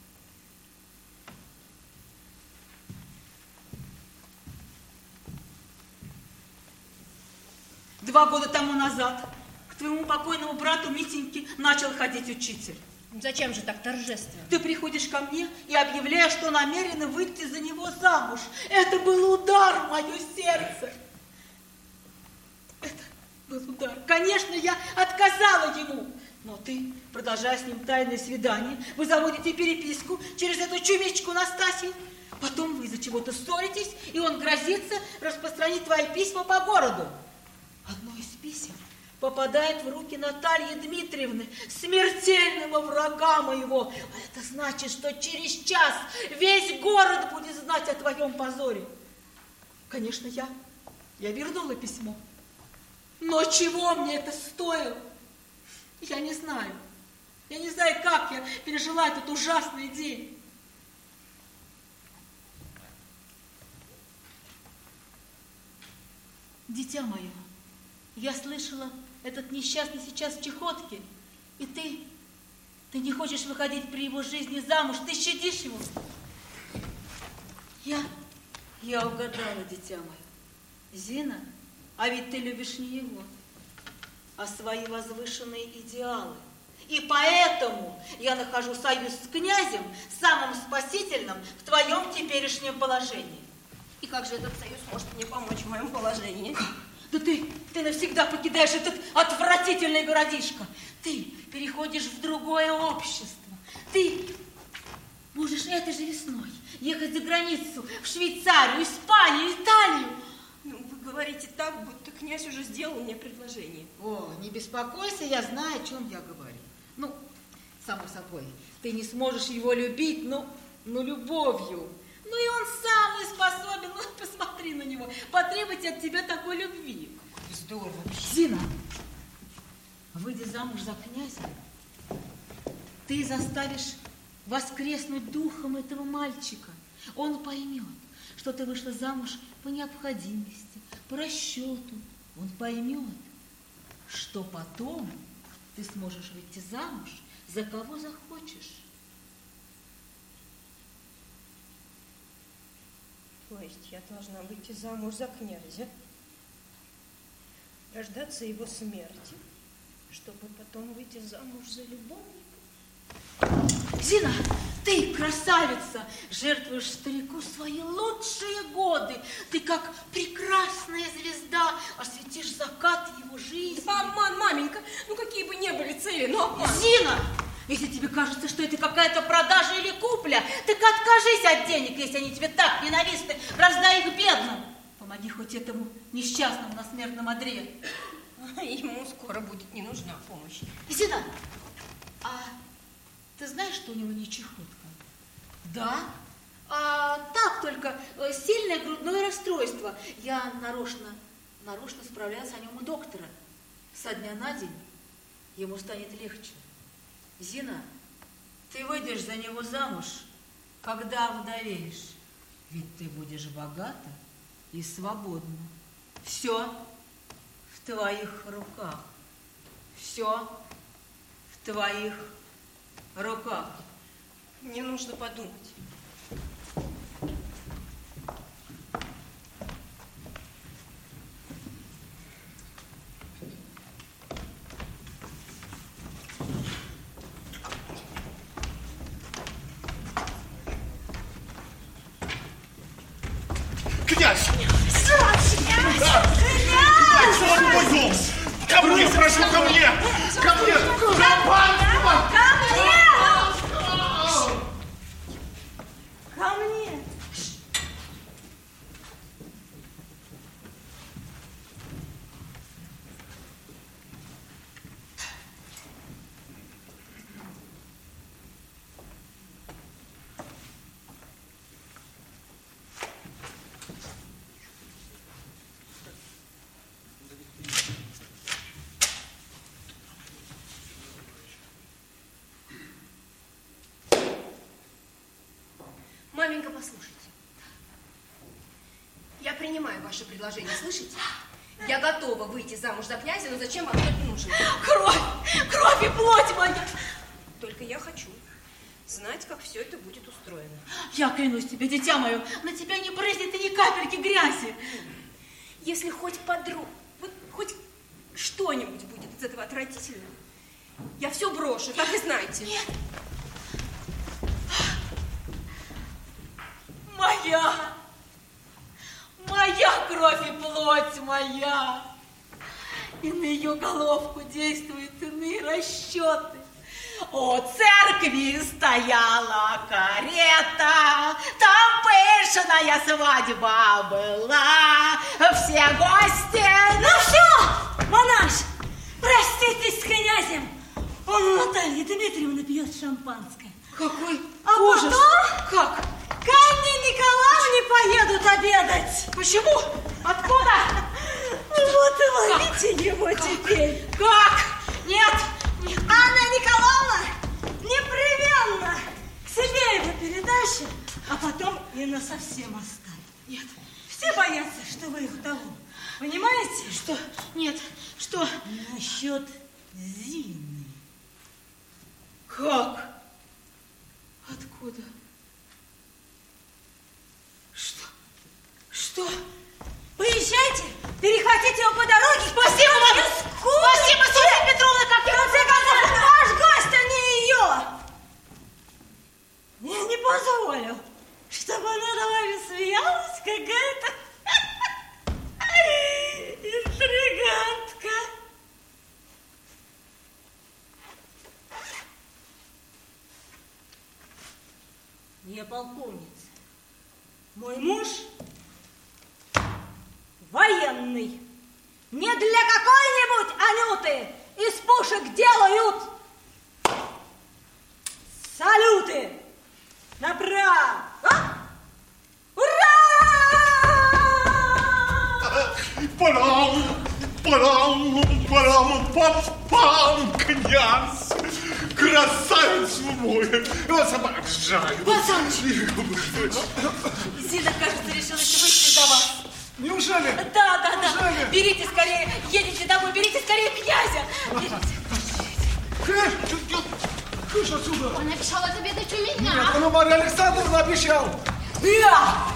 Speaker 5: Два года тому назад к твоему покойному брату Митеньке начал ходить учитель.
Speaker 10: Зачем же так торжественно?
Speaker 5: Ты приходишь ко мне и объявляешь, что намерена выйти за него замуж. Это был удар в мое сердце. Это был удар. Конечно, я отказала ему. Но ты, продолжая с ним тайное свидание, вы заводите переписку через эту чумичку Настасью. Потом вы из-за чего-то ссоритесь, и он грозится распространить твои письма по городу. Одно из писем попадает в руки Натальи Дмитриевны, смертельного врага моего. А это значит, что через час весь город будет знать о твоем позоре. Конечно, я, я вернула письмо. Но чего мне это стоило? Я не знаю. Я не знаю, как я пережила этот ужасный день. Дитя мое, я слышала, этот несчастный сейчас в чехотке, и ты, ты не хочешь выходить при его жизни замуж, ты щадишь его. Я, я угадала, дитя мое. Зина, а ведь ты любишь не его, а свои возвышенные идеалы. И поэтому я нахожу союз с князем самым спасительным в твоем теперешнем положении.
Speaker 10: И как же этот союз может мне помочь в моем положении?
Speaker 5: Да ты, ты навсегда покидаешь этот отвратительный городишко. Ты переходишь в другое общество. Ты можешь этой же весной ехать за границу, в Швейцарию, Испанию, Италию.
Speaker 10: Ну, вы говорите так, будто князь уже сделал мне предложение.
Speaker 5: О, не беспокойся, я знаю, о чем я говорю. Ну, само собой, ты не сможешь его любить, ну, ну любовью. Ну и он сам не способен, ну посмотри на него, потребовать от тебя такой любви.
Speaker 10: Здорово.
Speaker 5: Зина, выйдя замуж за князя, ты заставишь воскреснуть духом этого мальчика. Он поймет, что ты вышла замуж по необходимости, по расчету. Он поймет, что потом ты сможешь выйти замуж за кого захочешь.
Speaker 10: То есть я должна выйти замуж за князя, дождаться его смерти, чтобы потом выйти замуж за любовника?
Speaker 5: Зина, ты красавица, жертвуешь старику свои лучшие годы. Ты как прекрасная звезда осветишь закат его жизни.
Speaker 10: Обман, маменька, ну какие бы ни были цели, но обман.
Speaker 5: Зина, если тебе кажется, что это какая-то продажа или купля, так откажись от денег, если они тебе так ненавистны, раздай их бедным. Помоги хоть этому несчастному на смертном одре.
Speaker 10: Ему скоро будет не нужна помощь.
Speaker 5: Зина, а ты знаешь, что у него не чехотка? Да. А так только сильное грудное расстройство. Я нарочно, нарочно справлялась о нем у доктора. Со дня на день ему станет легче. Зина, ты выйдешь за него замуж, когда вдовеешь. Ведь ты будешь богата и свободна. Все в твоих руках. Все в твоих руках.
Speaker 10: Мне нужно подумать.
Speaker 6: Князь!
Speaker 12: Князь!
Speaker 6: Князь! Пойдем! Ко мне, прошу, ко мне! Ко мне! Шампанского!
Speaker 12: Ко мне!
Speaker 5: Ко мне!
Speaker 10: Маменька, послушайте. Я принимаю ваше предложение, слышите? Я готова выйти замуж за князя, но зачем вам тот нужен?
Speaker 5: Кровь! Кровь и плоть моя!
Speaker 10: Только я хочу знать, как все это будет устроено.
Speaker 5: Я клянусь тебе, дитя мое, на тебя не брызнет и ни капельки грязи.
Speaker 10: Если хоть подруг, вот хоть что-нибудь будет из этого отвратительного, я все брошу, так и знайте.
Speaker 5: Нет. Моя, моя кровь и плоть моя. И на ее головку действуют иные расчеты. У церкви стояла карета, там пышная свадьба была, все гости...
Speaker 7: Ну все, монаш, проститесь с князем, он у Натальи Дмитриевны пьет шампанское.
Speaker 5: Какой
Speaker 7: а
Speaker 5: ужас!
Speaker 7: Потом
Speaker 5: Как?
Speaker 7: Ко мне Николаевне поедут обедать.
Speaker 5: Почему? Откуда?
Speaker 7: Вот и ловите его теперь.
Speaker 5: Как? Нет! Нет.
Speaker 7: Анна Николаевна непременно к себе его передачи, а потом и насовсем оставит.
Speaker 5: Нет.
Speaker 7: Все боятся, что вы их вдову. Понимаете?
Speaker 5: Что? Нет. Что?
Speaker 7: Насчет Зины.
Speaker 5: Как? Откуда? Что? Что?
Speaker 7: Поезжайте, перехватите его по дороге.
Speaker 5: Спасибо вам! Спасибо, Софья Петровна, как
Speaker 7: в конце концов, он ваш гость, а не ее. Я не позволю, чтобы над вами смеялась какая-то интригантка. Я полковница. Мой муж военный. Не для какой-нибудь Анюты из пушек делают салюты. Направо. А? Ура!
Speaker 6: Парам, парам, парам, пам, пам, князь, красавец мой, я вас обожаю.
Speaker 5: Пацаныч! Зина, кажется, решилась выйти за вас.
Speaker 9: Неужели?
Speaker 5: Да, да, да.
Speaker 9: Неужели?
Speaker 5: Берите скорее, едете домой, берите скорее князя. Берите.
Speaker 9: Кыш, кыш отсюда.
Speaker 12: Он обещал отобедать у меня.
Speaker 9: Нет, он у Марьи Александровны обещал.
Speaker 5: Да.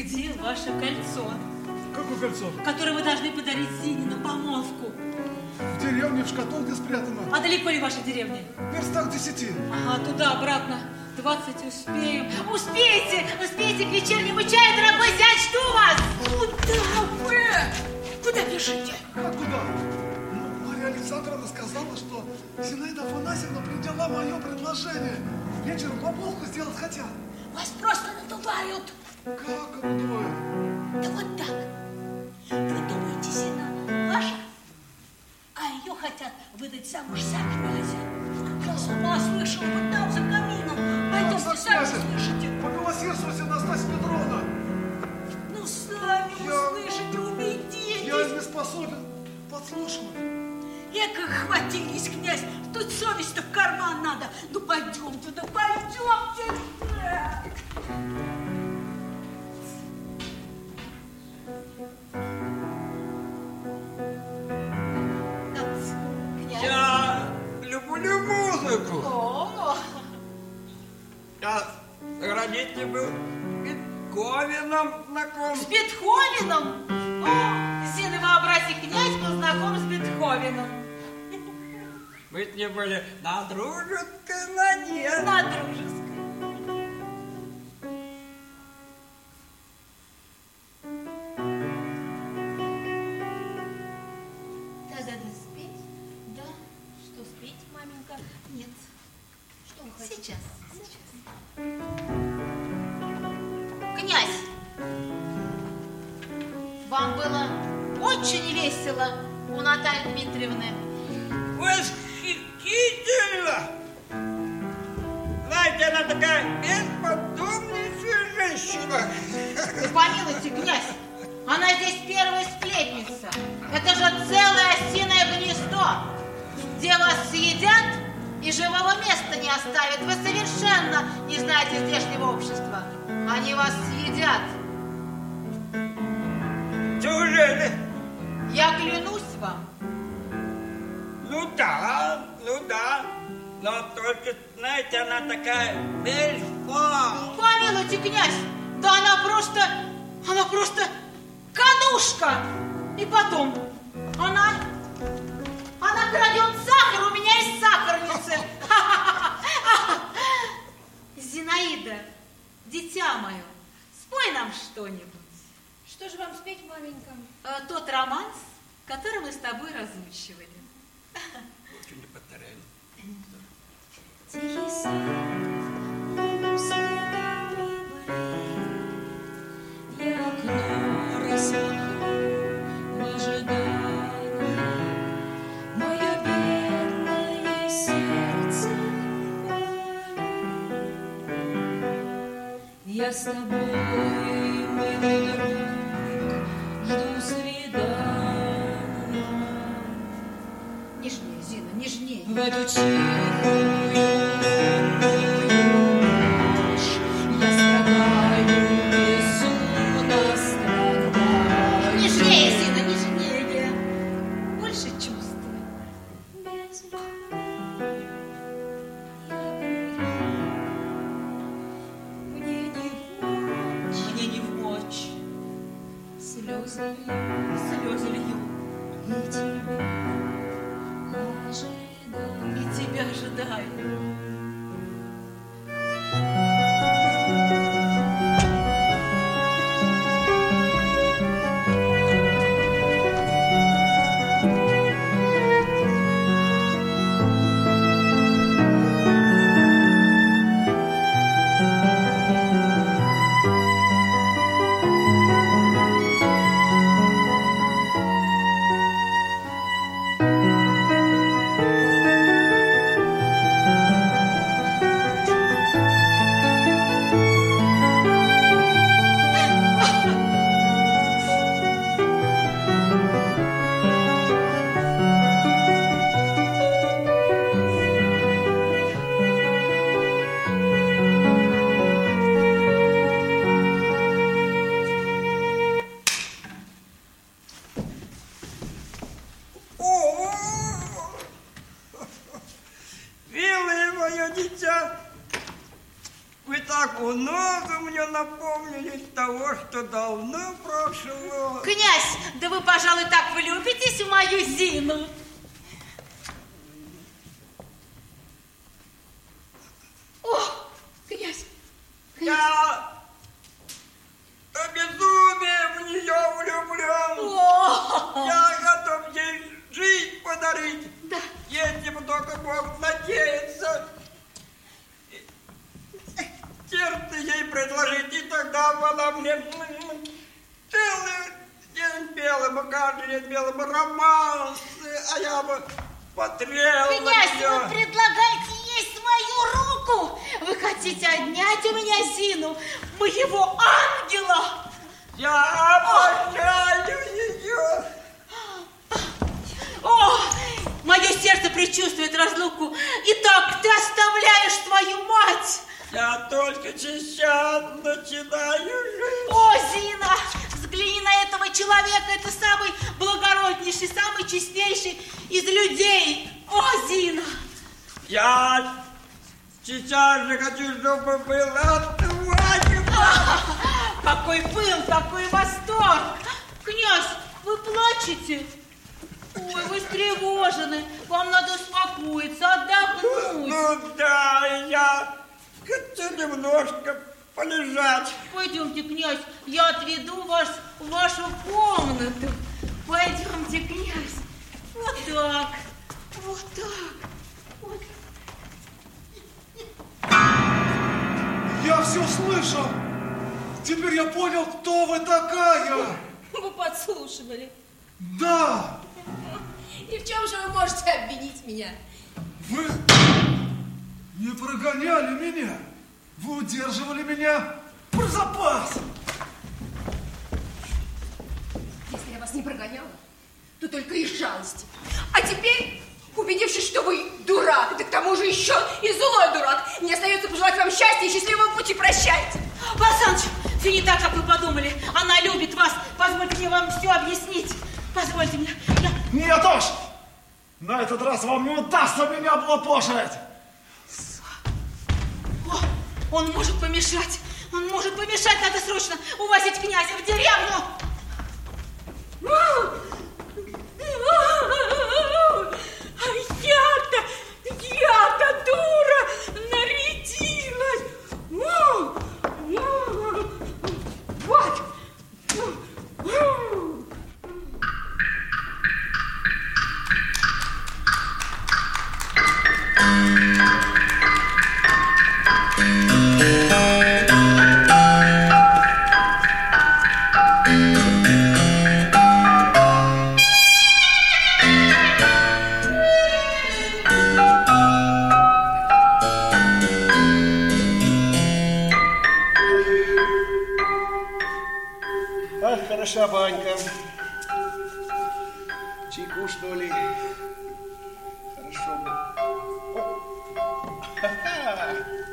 Speaker 5: где ваше кольцо?
Speaker 9: Какое кольцо?
Speaker 5: Которое вы должны подарить Зине на помолвку.
Speaker 9: В деревне, в шкатулке спрятано.
Speaker 5: А далеко ли ваша деревня?
Speaker 9: В верстах десяти.
Speaker 5: Ага, туда, обратно. Двадцать успеем. Успеете! Успеете к вечернему чаю, дорогой зять, жду вас!
Speaker 10: Куда вы? Куда бежите?
Speaker 9: Как куда? Ну, Марья Александровна сказала, что Зинаида Афанасьевна приняла мое предложение. Вечером помолвку сделать хотят.
Speaker 10: Вас просто надувают.
Speaker 9: Как надувают?
Speaker 10: Да вот так. Вы думаете, Зина ваша? А ее хотят выдать замуж за князя. Я сама слышала, вот там за камином. Пойдемте, сами слышите.
Speaker 9: Поголосирствуйте, Настасья Петровна.
Speaker 10: Ну, сами
Speaker 9: Я-
Speaker 10: услышите, убедитесь.
Speaker 9: Я не способен подслушивать.
Speaker 10: Эка хватились, князь. Тут совесть-то в карман надо. Ну, пойдемте, да пойдемте.
Speaker 11: Я люблю музыку.
Speaker 5: О,
Speaker 11: Я с родителями был Бетховеном знаком.
Speaker 5: с Бетховеном? О, Зинового братик князь был знаком с Бетховеном.
Speaker 11: Мы с ним были на дружеской ноге.
Speaker 5: На дружеской.
Speaker 7: Тогда да спеть? Да. Что спеть, маменька? Нет. Что вы хотите?
Speaker 5: Сейчас, сейчас. Князь, вам было очень весело у Натальи Дмитриевны.
Speaker 11: Восхитительно! Знаете, она такая бесподобнейшая женщина.
Speaker 5: Помилуйте, князь, она здесь первая сплетница. Это же целое осиное гнездо, где вас съедят и живого места не оставят. Вы совершенно не знаете здешнего общества. Они вас съедят.
Speaker 11: Неужели?
Speaker 5: Я клянусь вам.
Speaker 11: Ну да, ну да. Но только, знаете, она такая бельфа.
Speaker 5: Помилуйте, князь, да она просто, она просто канушка. И потом, она, она крадет сахар у меня из сахарницы. Зинаида, дитя мое, спой нам что-нибудь.
Speaker 10: Что же вам спеть, маменька?
Speaker 5: Э, Тот романс, который мы с тобой разучивали.
Speaker 11: Очень не повторяем.
Speaker 13: Тихий сад, лунным светом выборей, я окно распахну в ожидании, мое бедное сердце боль. Я с тобой, милый друг, жду свидания.
Speaker 5: Нежнее, Зина, нежнее.
Speaker 13: В эту тихую ночь я страдаю, безумно страдаю.
Speaker 5: Нежнее, Зина, нежнее. Больше чувства.
Speaker 13: Без любви я буду. Мне не в мочь,
Speaker 5: Мне не в мочь.
Speaker 13: слезы лью,
Speaker 5: Слезы лью.
Speaker 13: и тебя ожидаю.
Speaker 5: И тебя ожидаю.
Speaker 11: Милое мое дитя, вы так так много мне напомнили того, что давно прошло.
Speaker 5: Князь, да вы, пожалуй, так влюбитесь в мою Зину.
Speaker 10: О, князь!
Speaker 11: Я до безумия в нее влюблен.
Speaker 5: О!
Speaker 11: Я готов ей жизнь подарить.
Speaker 5: Да.
Speaker 11: Если бы только мог надеяться. Сердце ей предложить, и тогда бы она мне целый день пела бы, каждый день пела бы романсы, а я бы смотрел
Speaker 5: Князь,
Speaker 11: на нее.
Speaker 5: вы предлагаете ей свою руку? Вы хотите отнять у меня Зину, моего ангела?
Speaker 11: Я обожаю ее.
Speaker 5: О, мое сердце предчувствует разлуку. Итак, ты оставляешь свою мать.
Speaker 11: Я только сейчас начинаю жить.
Speaker 5: О, Зина, взгляни на этого человека. Это самый благороднейший, самый честнейший из людей. О, Зина.
Speaker 11: Я сейчас же хочу, чтобы была свадьба.
Speaker 5: Какой пыл, какой восторг. Князь, вы плачете? Ой, вы встревожены. Вам надо успокоиться, отдохнуть.
Speaker 11: Ну да, я хочу немножко полежать.
Speaker 5: Пойдемте, князь, я отведу вас в вашу комнату. Пойдемте, князь. Вот так, вот так. Вот.
Speaker 9: Я все слышал. Теперь я понял, кто вы такая.
Speaker 10: Вы подслушивали.
Speaker 9: Да.
Speaker 10: И в чем же вы можете обвинить меня?
Speaker 9: Вы не прогоняли меня. Вы удерживали меня про запас.
Speaker 10: Если я вас не прогоняла, то только из жалости. А теперь, убедившись, что вы дурак, да к тому же еще и злой дурак, мне остается пожелать вам счастья и счастливого пути. Прощайте.
Speaker 5: Павел Александрович, все не так, как вы подумали. Она любит вас. Позвольте мне вам все объяснить. Позвольте мне. Я...
Speaker 9: Нет уж! На этот раз вам не удастся меня облапошить.
Speaker 5: О, он может помешать. Он может помешать. Надо срочно увозить князя в деревню. А я-то, я-то дура нарядилась. Вот.
Speaker 14: Ах, хороша банька. Чайку, что ли? Хорошо бы. О! Ха-ха!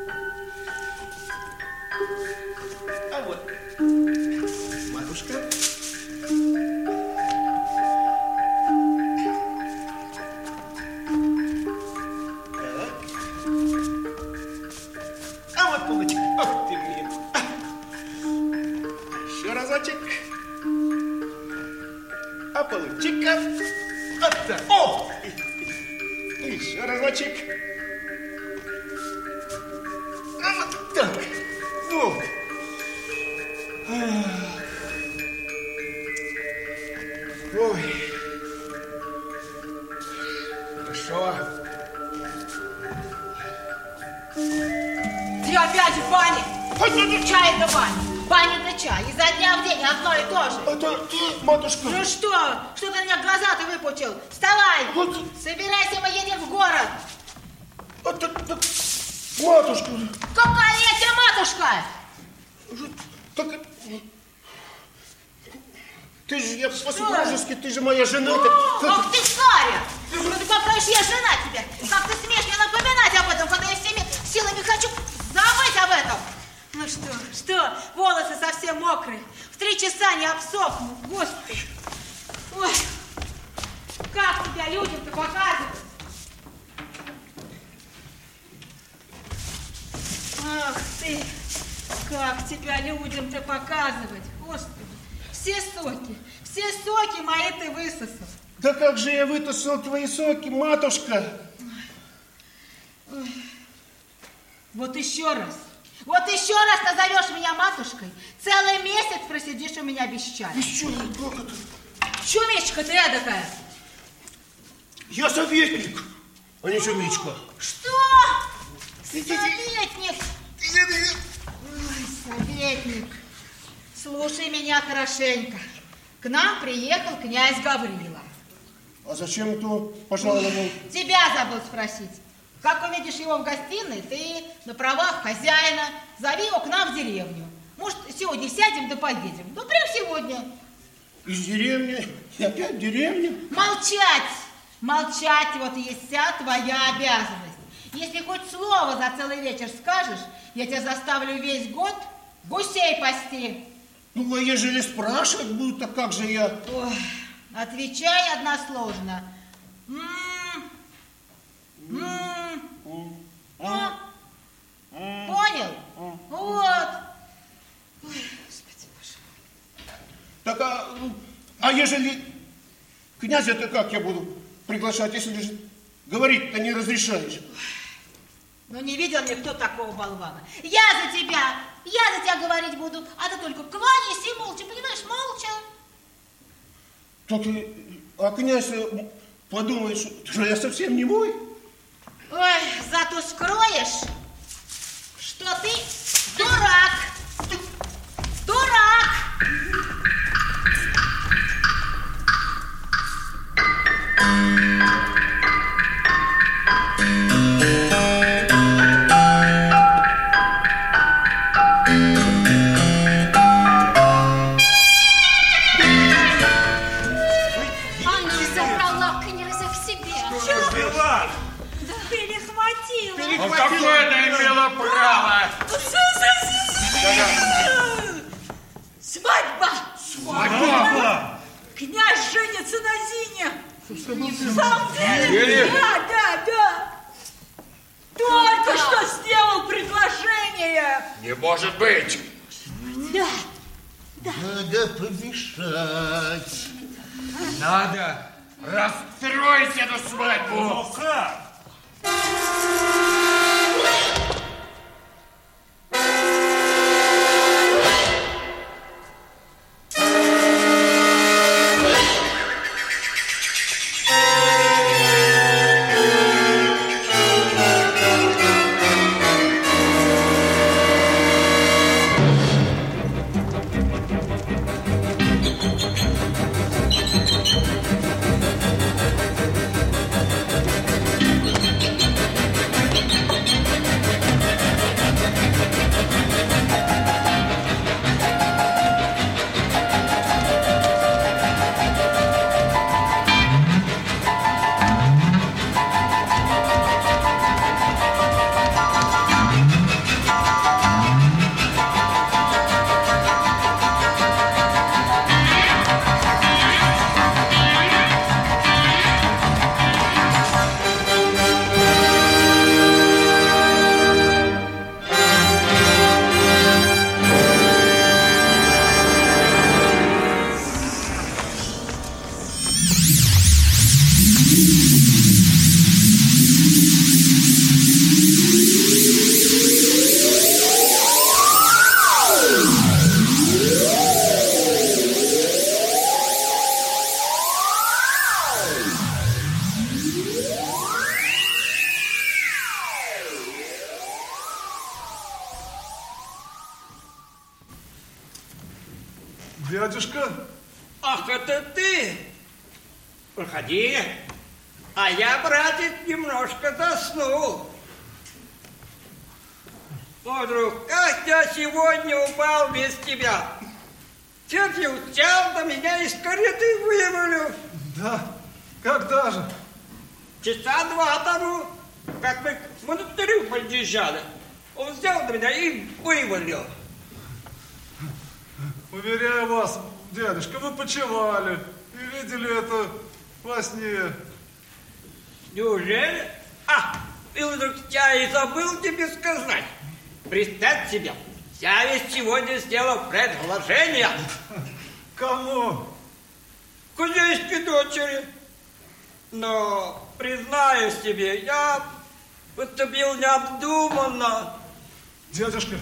Speaker 14: А вот, матушка. Так. А вот булочка. Ах ты мне. Еще разочек. А получи-ка. Вот так. О! Еще разочек. А вот так. Вот. Ой. Хорошо.
Speaker 5: Ты опять в бане. Чай это баня. Баня это чай. Изо дня в день одно и то же.
Speaker 14: Это ты, матушка.
Speaker 5: Ну что? Что ты на меня глаза-то выпучил? Вставай.
Speaker 14: Вот.
Speaker 5: Собирайся, мы едем в город.
Speaker 14: А, так, так, матушка.
Speaker 5: Какая я тебе матушка?
Speaker 14: Так, ты же, я по-супружески, ты же моя жена. Так, так...
Speaker 5: Ах ты, Харя! Ну ты какая же я жена тебе? Как ты смеешь мне напоминать об этом, когда я всеми силами хочу забыть об этом? Ну что, что, волосы совсем мокрые. В три часа не обсохнут, господи. Ой, как тебя людям-то показывать? Ах ты. как тебя людям-то показывать, Господи. Все соки, все соки мои ты высосал.
Speaker 14: Да как же я вытащил твои соки, матушка?
Speaker 5: Ой. Вот еще раз, вот еще раз назовешь меня матушкой, целый месяц просидишь у меня без чая.
Speaker 14: Ну что, как это?
Speaker 5: Чумичка ты эдакая.
Speaker 14: Я советник, а не чумичка.
Speaker 5: Что? Советник. Ой, советник. Слушай меня хорошенько. К нам приехал князь Гаврила.
Speaker 14: А зачем кто пожаловал?
Speaker 5: Тебя забыл спросить. Как увидишь его в гостиной, ты на правах хозяина зови его к нам в деревню. Может, сегодня сядем да поедем. Ну, прям сегодня.
Speaker 14: Из деревни? И опять в деревню?
Speaker 5: Молчать! Молчать вот есть вся твоя обязанность. Если хоть слово за целый вечер скажешь, я тебя заставлю весь год гусей пасти.
Speaker 14: Ну, а ежели спрашивать будут, так как же я?
Speaker 5: Ой, отвечай односложно. М-м-м. М-м. А? Понял? Вот. Ой, Господи, Боже мой.
Speaker 14: Так, а, а ежели князя-то как я буду приглашать, если же говорить-то не разрешаешь?
Speaker 5: Ну, не видел мне кто такого болвана. Я за тебя, я за тебя говорить буду, а ты только кланяйся и молча, понимаешь, молча.
Speaker 14: Так, а князь подумает, что я совсем не мой?
Speaker 5: Ой, зато скроешь, что ты дурак. Дурак.
Speaker 11: Ну какое это имело право?
Speaker 7: Свадьба!
Speaker 11: Свадьба!
Speaker 7: Князь женится на Зине! В самом деле?
Speaker 11: Или...
Speaker 7: Да, да, да! Только что сделал предложение!
Speaker 11: Не может быть!
Speaker 7: Да,
Speaker 6: да. Надо помешать.
Speaker 11: Надо расстроить эту свадьбу!
Speaker 6: Ну как?
Speaker 9: Дядюшка?
Speaker 11: Ах, это ты? Проходи. А я, братец, немножко заснул. О, друг, как я сегодня упал без тебя. Чуть не устал, да меня из кареты вывалил.
Speaker 9: Да, когда же?
Speaker 11: Часа два тому, как мы к монастырю подъезжали. Он взял до меня и вывалил.
Speaker 9: Уверяю вас, дядюшка, вы почивали и видели это во сне.
Speaker 11: Неужели? А, и вдруг я и забыл тебе сказать. Представь себе, Я ведь сегодня сделал предложение.
Speaker 9: Кому?
Speaker 11: Кузнечной дочери. Но, признаюсь тебе, я поступил необдуманно.
Speaker 9: Дядюшка,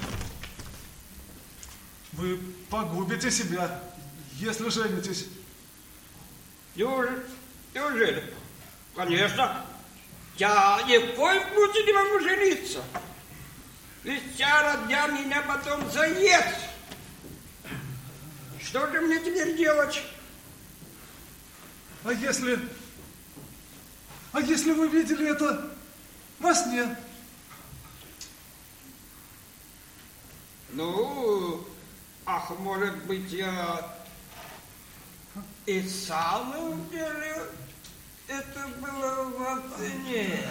Speaker 9: вы погубите себя, если женитесь.
Speaker 11: Неужели? Неужели? Конечно. Я ни в коем случае не могу жениться. Ведь вся родня меня потом заест. Что же мне теперь делать?
Speaker 9: А если... А если вы видели это во сне?
Speaker 11: Ну, ах, может быть, я и в самом деле это было во сне.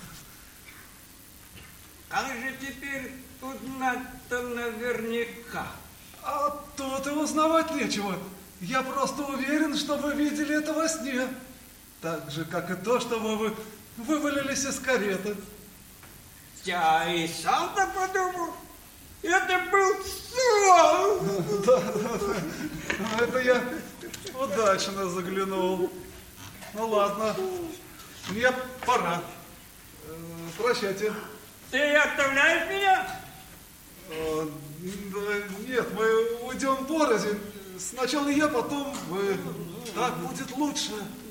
Speaker 11: Как же теперь узнать-то наверняка?
Speaker 9: А тут и узнавать нечего. Я просто уверен, что вы видели это во сне. Так же, как и то, что вы вывалились из кареты.
Speaker 11: Я и сам-то подумал, это был сон.
Speaker 9: Да, да, да. Это я удачно заглянул. Ну ладно, мне пора. Прощайте.
Speaker 11: Ты оставляешь меня?
Speaker 9: А, да, нет, мы уйдем порознь. Сначала я, потом вы. Так будет лучше.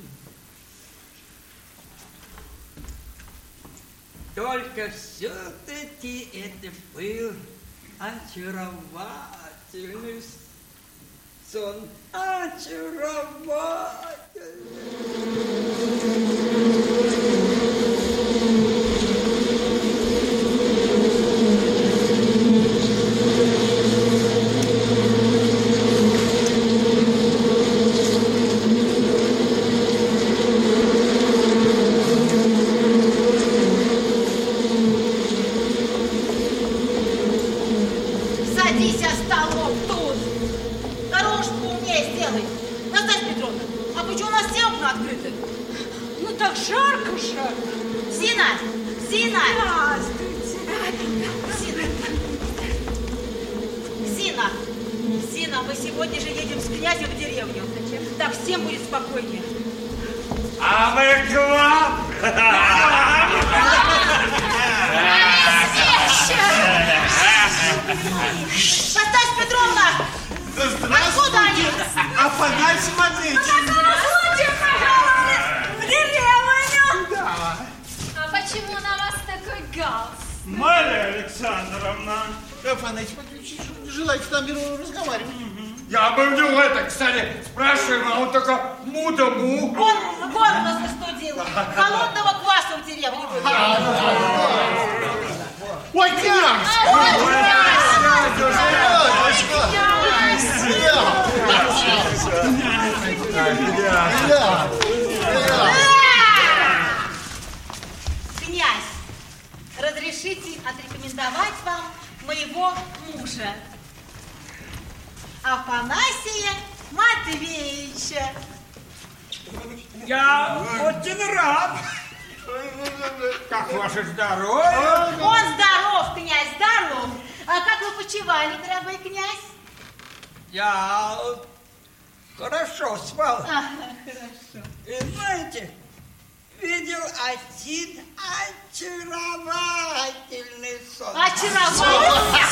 Speaker 11: Только все-таки это был очаровательный сон.
Speaker 5: Садись, остолоп, тут. Дорожку умнее сделай. Настасья Петровна, а почему у нас все окна открыты?
Speaker 7: Ну так жарко же.
Speaker 5: Зина! Зина!
Speaker 7: Здравствуйте.
Speaker 5: Зина! Зина! Зина, мы сегодня же едем с князем в деревню. Зачем? Так всем будет спокойнее.
Speaker 8: А мы к вам!
Speaker 5: Настасья Петровна! Откуда они?
Speaker 6: Афанасий Матвеевич!
Speaker 12: Заходим, пожалуйста, в деревню!
Speaker 6: Да.
Speaker 12: А почему на вас такой галс?
Speaker 8: Марья Александровна!
Speaker 6: Афанасий Матвеевич, желаете с нами разговаривать?
Speaker 8: Я бы в него это, кстати, спрашиваю, а он только му да му.
Speaker 5: Он горло застудил. Холодного кваса в деревне будет.
Speaker 6: Ой, князь!
Speaker 5: Ой, князь, разрешите отрекомендовать вам моего мужа, Афанасия Матвеевича.
Speaker 11: Я очень рад. Как ваше здоровье?
Speaker 5: Он здоров, князь, здоров. А как вы почивали, дорогой князь?
Speaker 11: Я хорошо спал.
Speaker 5: Ага, хорошо.
Speaker 11: И знаете, видел один очаровательный сон.
Speaker 5: Очаровательный?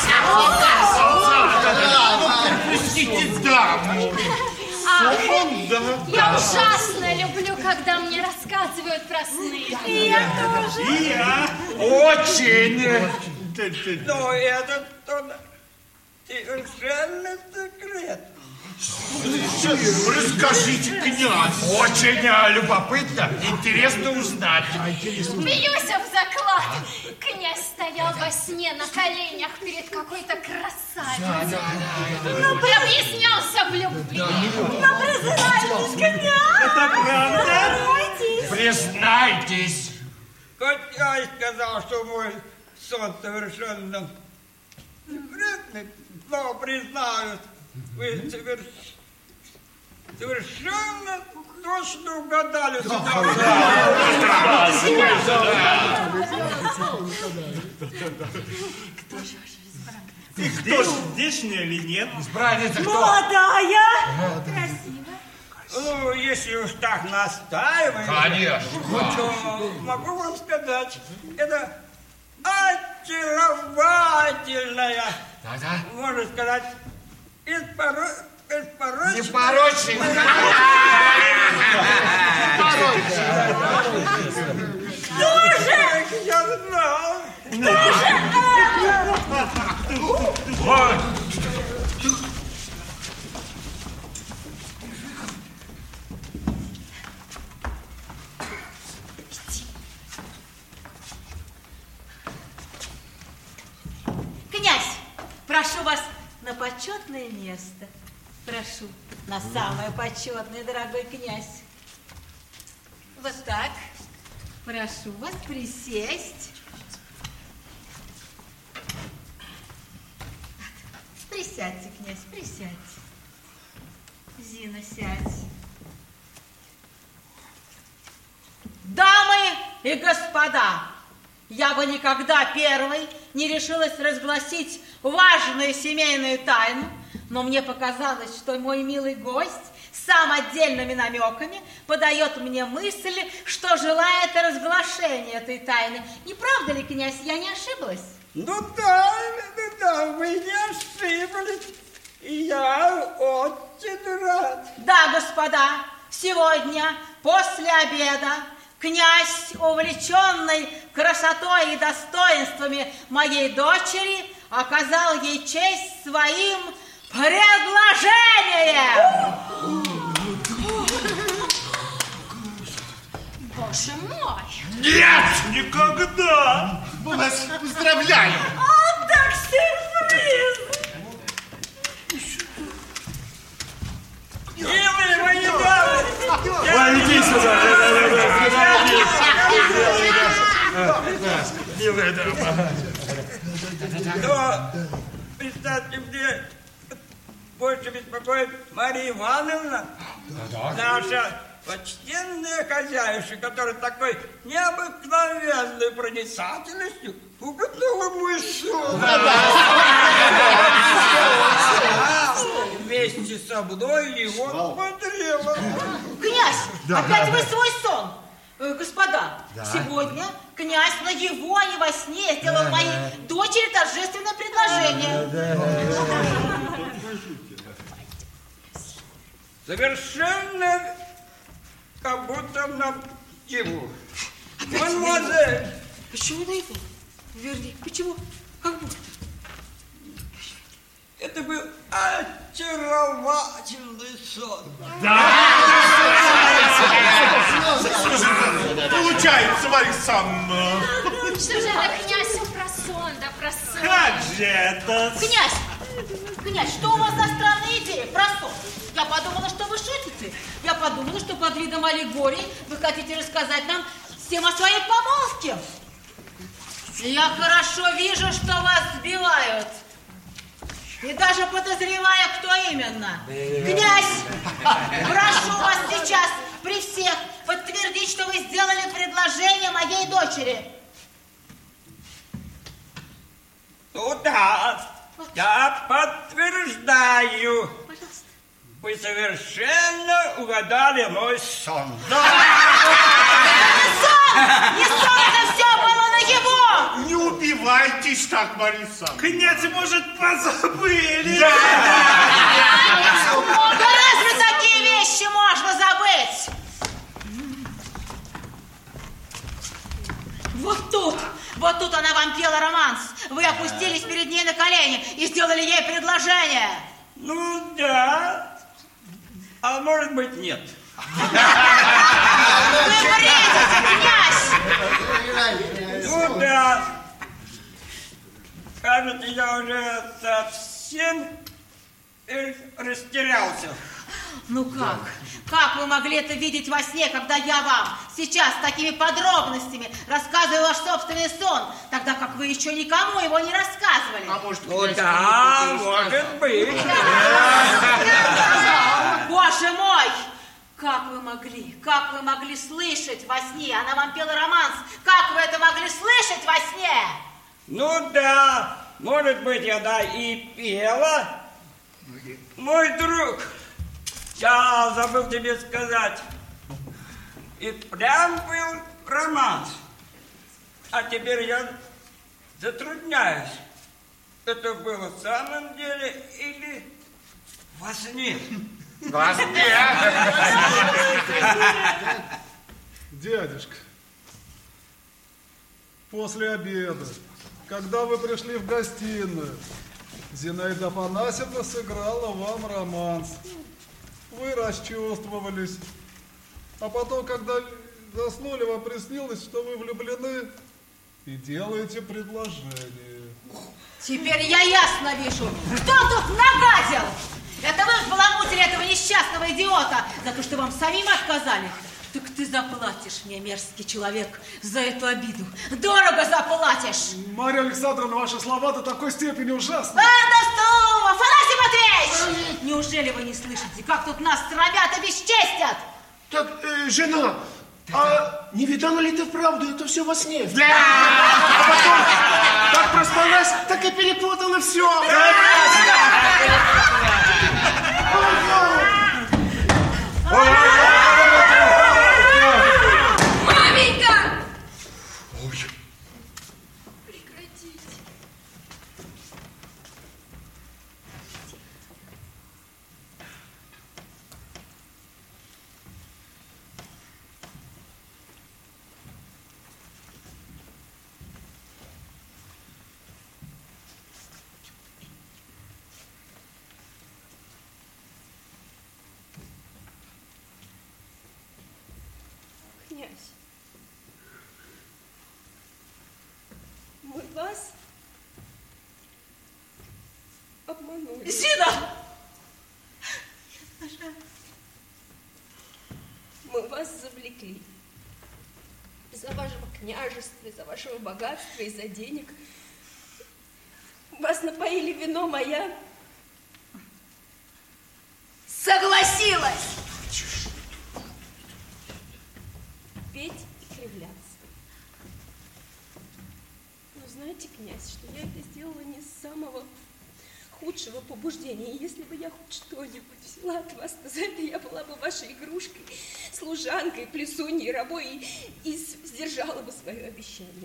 Speaker 6: Пустите даму.
Speaker 12: А, я ужасно люблю, когда мне рассказывают про сны.
Speaker 5: И я тоже.
Speaker 8: И я очень.
Speaker 11: Но этот он совершенно секрет.
Speaker 6: Расскажите, князь.
Speaker 8: Очень любопытно, интересно узнать.
Speaker 12: Бьюсь об заклад. Князь стоял во сне на коленях перед какой-то красавицей. Ну, объяснялся в любви.
Speaker 5: Ну, признайтесь, князь.
Speaker 8: Это правда?
Speaker 5: Признайтесь.
Speaker 8: Признайтесь.
Speaker 11: Хоть я и сказал, что мой сон совершенно секретный, но признаюсь, вы соверш... совершенно точно угадали.
Speaker 15: И кто ж, здешняя или нет?
Speaker 8: Избранница кто?
Speaker 5: Молодая. Красивая.
Speaker 11: Ну, если уж так настаиваете,
Speaker 8: Конечно.
Speaker 11: то могу вам сказать, это очаровательная,
Speaker 8: Да-да.
Speaker 11: можно сказать, испоро- испорочная.
Speaker 8: Непорочная.
Speaker 11: Тоже? Я знал.
Speaker 15: Ой.
Speaker 5: Князь, прошу вас на почетное место. Прошу, на самое почетное, дорогой князь. Вот так. Прошу вас присесть. Присядьте, князь, присядьте. Зина, сядь. Дамы и господа, я бы никогда первой не решилась разгласить важную семейную тайну, но мне показалось, что мой милый гость сам отдельными намеками подает мне мысль, что желает разглашения этой тайны. Не правда ли, князь, я не ошиблась?
Speaker 11: Ну да, ну да, вы не ошиблись. И я очень рад.
Speaker 5: Да, господа, сегодня после обеда князь, увлеченный красотой и достоинствами моей дочери, оказал ей честь своим предложением.
Speaker 12: Боже мой!
Speaker 15: Нет, никогда!
Speaker 14: Мы вас поздравляем!
Speaker 5: О, так сюрприз!
Speaker 11: Милые мои дамы!
Speaker 15: Ой, иди сюда! Милая дама!
Speaker 11: Но, представьте мне, больше беспокоит Мария Ивановна, наша почтенная хозяюшка, которая такой необыкновенной проницательностью угадала мой сон. Вместе со мной его подрела.
Speaker 5: Князь, опять вы свой сон. Э, Господа, сегодня князь на его, а не во сне сделал моей дочери торжественное предложение.
Speaker 11: Совершенно как будто на его. Мадемуазель.
Speaker 5: Почему на его? Вернее, почему? Как будто?
Speaker 11: Это был очаровательный сон.
Speaker 14: Получается, Варя сам.
Speaker 12: Что же это, князь, про сон, да про сон?
Speaker 15: Как же это?
Speaker 5: Князь! Князь, что у вас за странная идея? Про сон. Я подумала, что вы шутите. Я подумала, что под видом аллегории вы хотите рассказать нам всем о своей помолвке. Я хорошо вижу, что вас сбивают. И даже подозревая, кто именно. Князь, прошу вас сейчас при всех подтвердить, что вы сделали предложение моей дочери.
Speaker 11: Ну да, я подтверждаю.
Speaker 5: Пожалуйста.
Speaker 11: Вы совершенно угадали мой сон.
Speaker 5: Это сон! Не сон, это все было наяву!
Speaker 14: Не убивайтесь так, Мария Александровна.
Speaker 15: Князь, может, позабыли?
Speaker 5: Да разве такие вещи можно забыть? Вот тут, вот тут она вам пела романс. Вы опустились перед ней на колени и сделали ей предложение.
Speaker 11: Ну да, а может быть нет.
Speaker 5: Вы бредите, князь!
Speaker 11: Ну да, кажется, я уже совсем растерялся.
Speaker 5: Ну как? Как вы могли это видеть во сне, когда я вам сейчас с такими подробностями рассказываю ваш собственный сон, тогда как вы еще никому его не рассказывали?
Speaker 14: А может,
Speaker 11: Ну да, может быть.
Speaker 5: Боже мой! Как вы могли, как вы могли слышать во сне? Она вам пела романс. Как вы это могли слышать во сне?
Speaker 11: Ну да, может быть, она и пела. Мой друг, я забыл тебе сказать, и прям был романс. А теперь я затрудняюсь. Это было в самом деле или во сне?
Speaker 14: Во сне.
Speaker 9: Дядюшка, после обеда, когда вы пришли в гостиную, Зинаида Афанасьевна сыграла вам романс. Вы расчувствовались. А потом, когда заснули, вам приснилось, что вы влюблены и делаете предложение.
Speaker 5: Теперь я ясно вижу, кто тут нагадил. Это вы взбаламутили этого несчастного идиота за то, что вам самим отказали. Так ты заплатишь мне, мерзкий человек, за эту обиду. Дорого заплатишь.
Speaker 9: Марья Александровна, ваши слова до такой степени ужасны.
Speaker 5: А, да что, Афанасий Матвеевич! Неужели вы не слышите, как тут нас ребята бесчестят?
Speaker 14: Так, э, жена, а не видала ли ты вправду это все во сне?
Speaker 15: Да!
Speaker 14: А потом, как проспалась, так и перепутала все.
Speaker 10: Маменька! Прекратите. Князь, мы вас обманули.
Speaker 5: Зина!
Speaker 10: Мы вас завлекли. Из-за вашего княжества, из-за вашего богатства, из-за денег. Вас напоили вином, а я
Speaker 5: согласилась.
Speaker 10: Петь и кривляться. Но знаете, князь, что я это сделала не с самого худшего побуждения. И если бы я хоть что-нибудь взяла от вас, то за это я была бы вашей игрушкой, служанкой, плесуньей, рабой и, и сдержала бы свое обещание.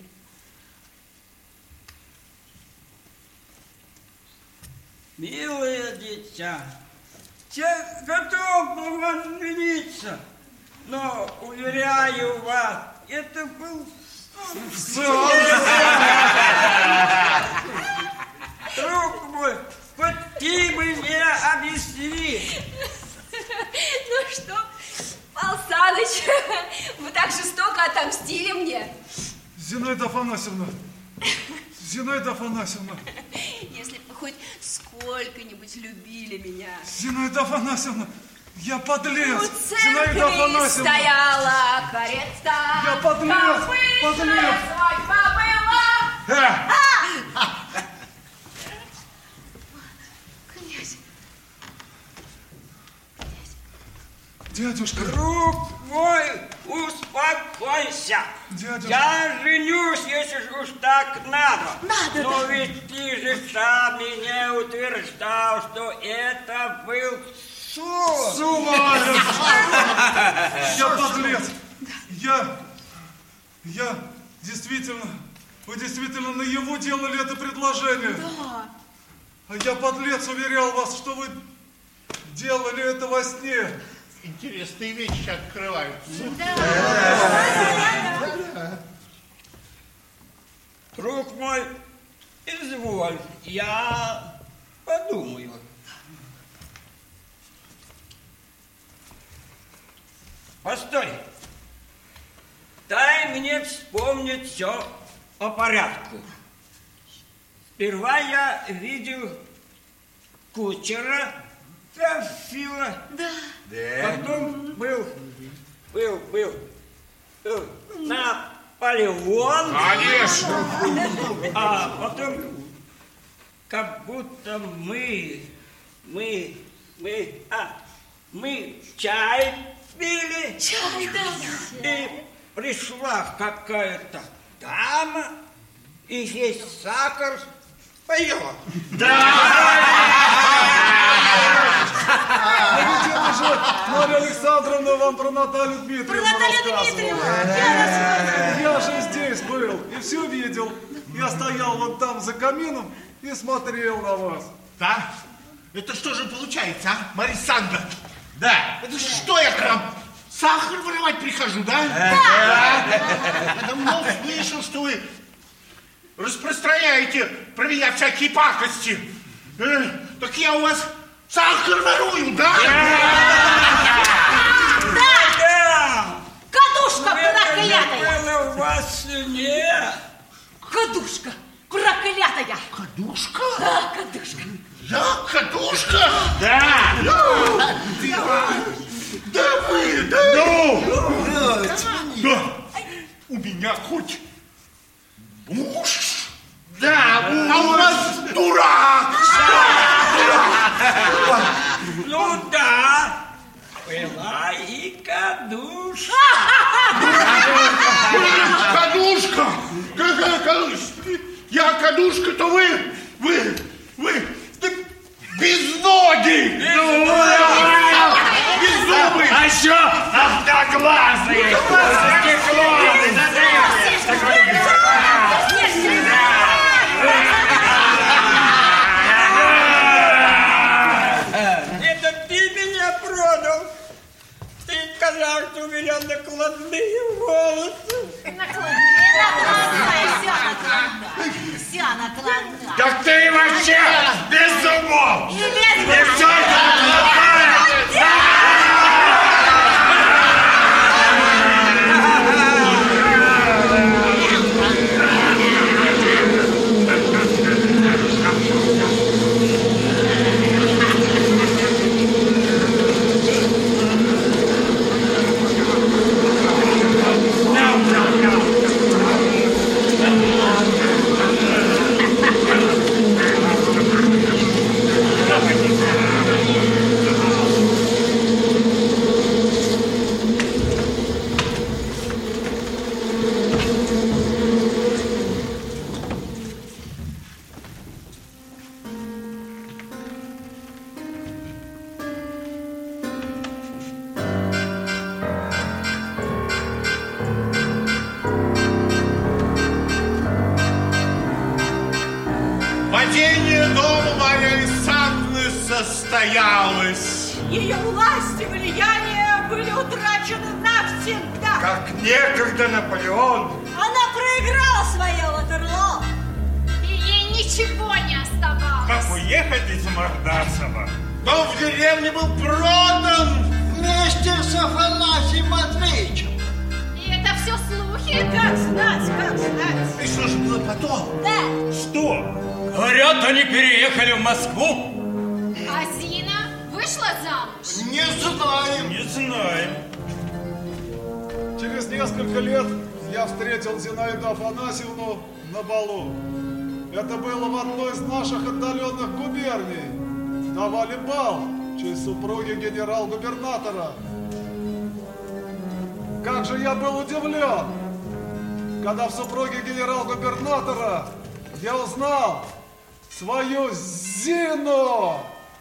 Speaker 11: Милое дитя, я готов был вас жениться, но, уверяю вас, это был сон. Друг мой, хоть ты бы мне объясни.
Speaker 10: Ну что, Павел Саныч, вы так жестоко отомстили мне.
Speaker 9: Зинаида Афанасьевна, Зинаида Афанасьевна.
Speaker 10: Если бы вы хоть сколько-нибудь любили меня.
Speaker 9: Зинаида Афанасьевна, я подлец.
Speaker 10: У
Speaker 9: Зинаида
Speaker 10: церкви
Speaker 9: Афанасьевна.
Speaker 10: стояла карета.
Speaker 9: Я подлец, подлец.
Speaker 10: Свадьба была. Князь.
Speaker 9: Дядюшка.
Speaker 11: Друг мой, успокойся.
Speaker 9: Дядюшка.
Speaker 11: Я женюсь, если ж уж так надо.
Speaker 5: Надо,
Speaker 11: Но
Speaker 5: да.
Speaker 11: ведь ты же сам мне утверждал, что это был сон.
Speaker 9: Сон. Я подлец. Я, я действительно, вы действительно наяву делали это предложение.
Speaker 5: Да.
Speaker 9: А я подлец уверял вас, что вы делали это во сне.
Speaker 14: Интересные вещи открываются.
Speaker 11: Да. Друг мой, изволь, я подумаю. Постой. Дай мне вспомнить все по порядку. Сперва я видел кучера Теофила.
Speaker 5: Да.
Speaker 11: Потом был, был, был, был Наполеон.
Speaker 14: Конечно.
Speaker 11: А потом, как будто мы, мы, мы, а, мы чай пили.
Speaker 5: Чай, да.
Speaker 11: И пришла какая-то дама, и весь сахар Поела.
Speaker 9: Да! Ведь это же Марья Александровна вам про Наталью Дмитриевну
Speaker 5: Про Наталью
Speaker 9: рассказывала.
Speaker 5: Дмитриевну!
Speaker 9: Я же здесь был и все видел. Я стоял вот там за камином и смотрел на вас.
Speaker 14: Да? Это что же получается, а, Марья Александровна? Да. Это что я к вам сахар воровать прихожу, да? Да. Я давно слышал, что вы распространяете про меня всякие пакости. Э, так я у вас сахар ворую, да?
Speaker 5: Да! Кадушка проклятая!
Speaker 11: Было у вас сильнее.
Speaker 5: Кадушка проклятая!
Speaker 14: Кадушка?
Speaker 5: Да, кадушка.
Speaker 14: Я кадушка?
Speaker 15: Да!
Speaker 14: Да, да вы, да!
Speaker 15: Ну!
Speaker 14: Да! У меня хоть муж? Да, а у вас дурак!
Speaker 11: Ну да, была и кадушка.
Speaker 14: Кадушка! Какая кадушка? Я кадушка, то вы, вы, вы, да, без ноги! Без зубы!
Speaker 15: А еще одноглазые!
Speaker 11: Это ты меня продал? Ты сказал, что у меня накладные волосы.
Speaker 5: Накладные, накладная, вся накладная. Вся накладная.
Speaker 15: Так ты вообще без зубов!
Speaker 5: И без
Speaker 15: И все
Speaker 14: Падение дома Марьи Александровны состоялось.
Speaker 5: Ее власть и влияние были утрачены навсегда.
Speaker 15: как некогда Наполеон.
Speaker 5: Она проиграла свое Ватерлоо.
Speaker 12: И ей ничего не оставалось.
Speaker 15: Как уехать из Мордасова?
Speaker 14: Дом в деревне был продан
Speaker 6: Вместе с Афанасием Матвеевичем.
Speaker 12: И это все слухи?
Speaker 5: Как знать, как знать.
Speaker 14: И что же было потом?
Speaker 5: Да.
Speaker 15: Что?
Speaker 11: Говорят, они переехали в Москву.
Speaker 12: А Зина вышла замуж?
Speaker 14: Не знаем.
Speaker 15: Не знаем.
Speaker 9: Через несколько лет я встретил Зинаиду Афанасьевну на балу. Это было в одной из наших отдаленных губерний. Давали бал в честь супруги генерал-губернатора. Как же я был удивлен, когда в супруге генерал-губернатора я узнал свою Зину.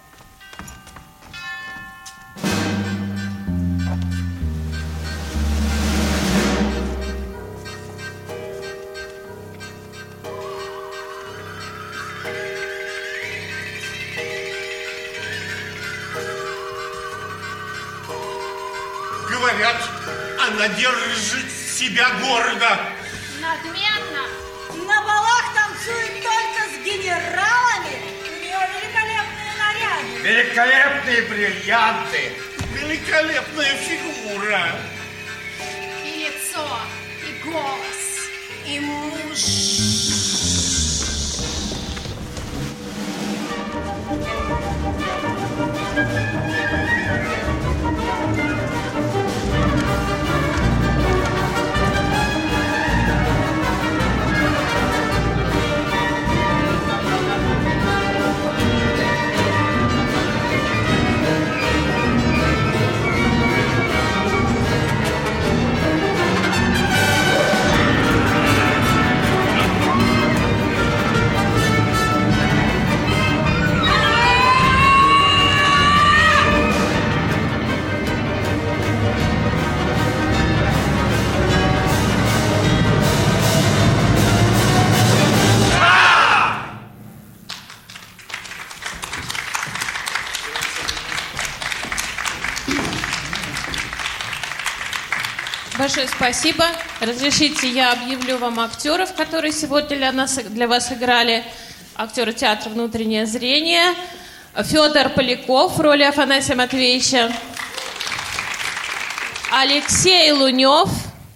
Speaker 14: Говорят, она держит себя гордо.
Speaker 12: Надменно.
Speaker 5: На балах танцует только с генералами. У нее великолепные наряды.
Speaker 15: Великолепные бриллианты.
Speaker 14: Великолепная фигура.
Speaker 12: И лицо, и голос, и муж.
Speaker 16: Большое спасибо. Разрешите, я объявлю вам актеров, которые сегодня для нас, для вас играли. Актеры театра «Внутреннее зрение». Федор Поляков в роли Афанасия Матвеевича. Алексей Лунев.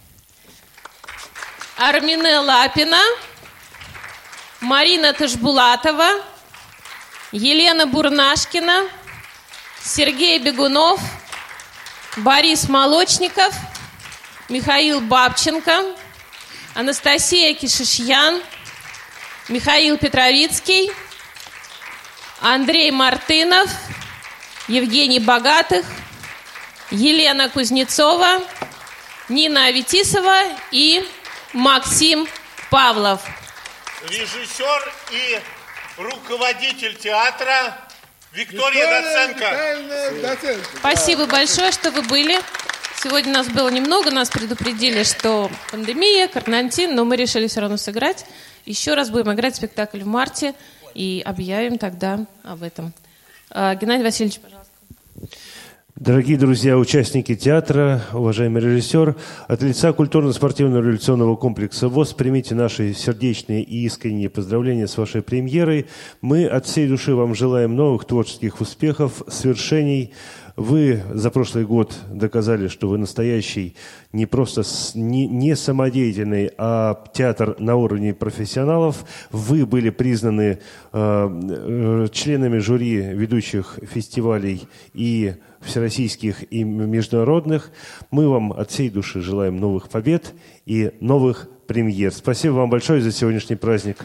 Speaker 16: Армине Лапина. Марина Ташбулатова. Елена Бурнашкина. Сергей Бегунов. Борис Молочников. Михаил Бабченко. Анастасия Кишишьян. Михаил Петровицкий, Андрей Мартынов, Евгений Богатых, Елена Кузнецова, Нина Аветисова и Максим Павлов.
Speaker 14: Режиссер и руководитель театра Виктория Доценко.
Speaker 16: Спасибо большое, что вы были. Сегодня нас было немного, нас предупредили, что пандемия, карантин, но мы решили все равно сыграть. Еще раз будем играть спектакль в марте и объявим тогда об этом. Геннадий Васильевич, пожалуйста.
Speaker 3: Дорогие друзья, участники театра, уважаемый режиссер, от лица культурно-спортивного революционного комплекса ВОС примите наши сердечные и искренние поздравления с вашей премьерой. Мы от всей души вам желаем новых творческих успехов, свершений. Вы за прошлый год доказали, что вы настоящий, не просто не, не самодеятельный, а театр на уровне профессионалов. Вы были признаны э, членами жюри ведущих фестивалей и всероссийских, и международных. Мы вам от всей души желаем новых побед и новых премьер. Спасибо вам большое за сегодняшний праздник.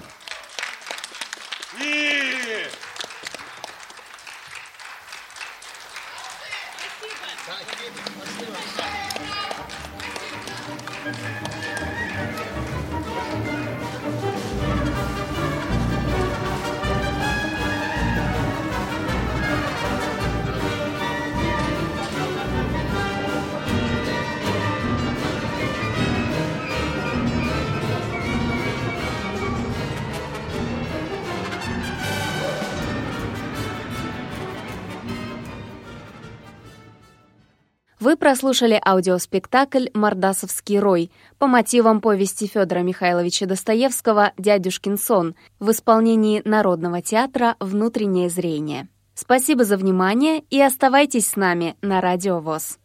Speaker 2: Вы прослушали аудиоспектакль «Мордасовский рой» по мотивам повести Федора Михайловича Достоевского «Дядюшкин сон» в исполнении Народного театра «Внутреннее зрение». Спасибо за внимание и оставайтесь с нами на Радио ВОС.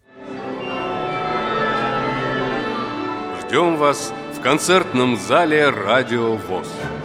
Speaker 1: Ждем вас в концертном зале Радио ВОС.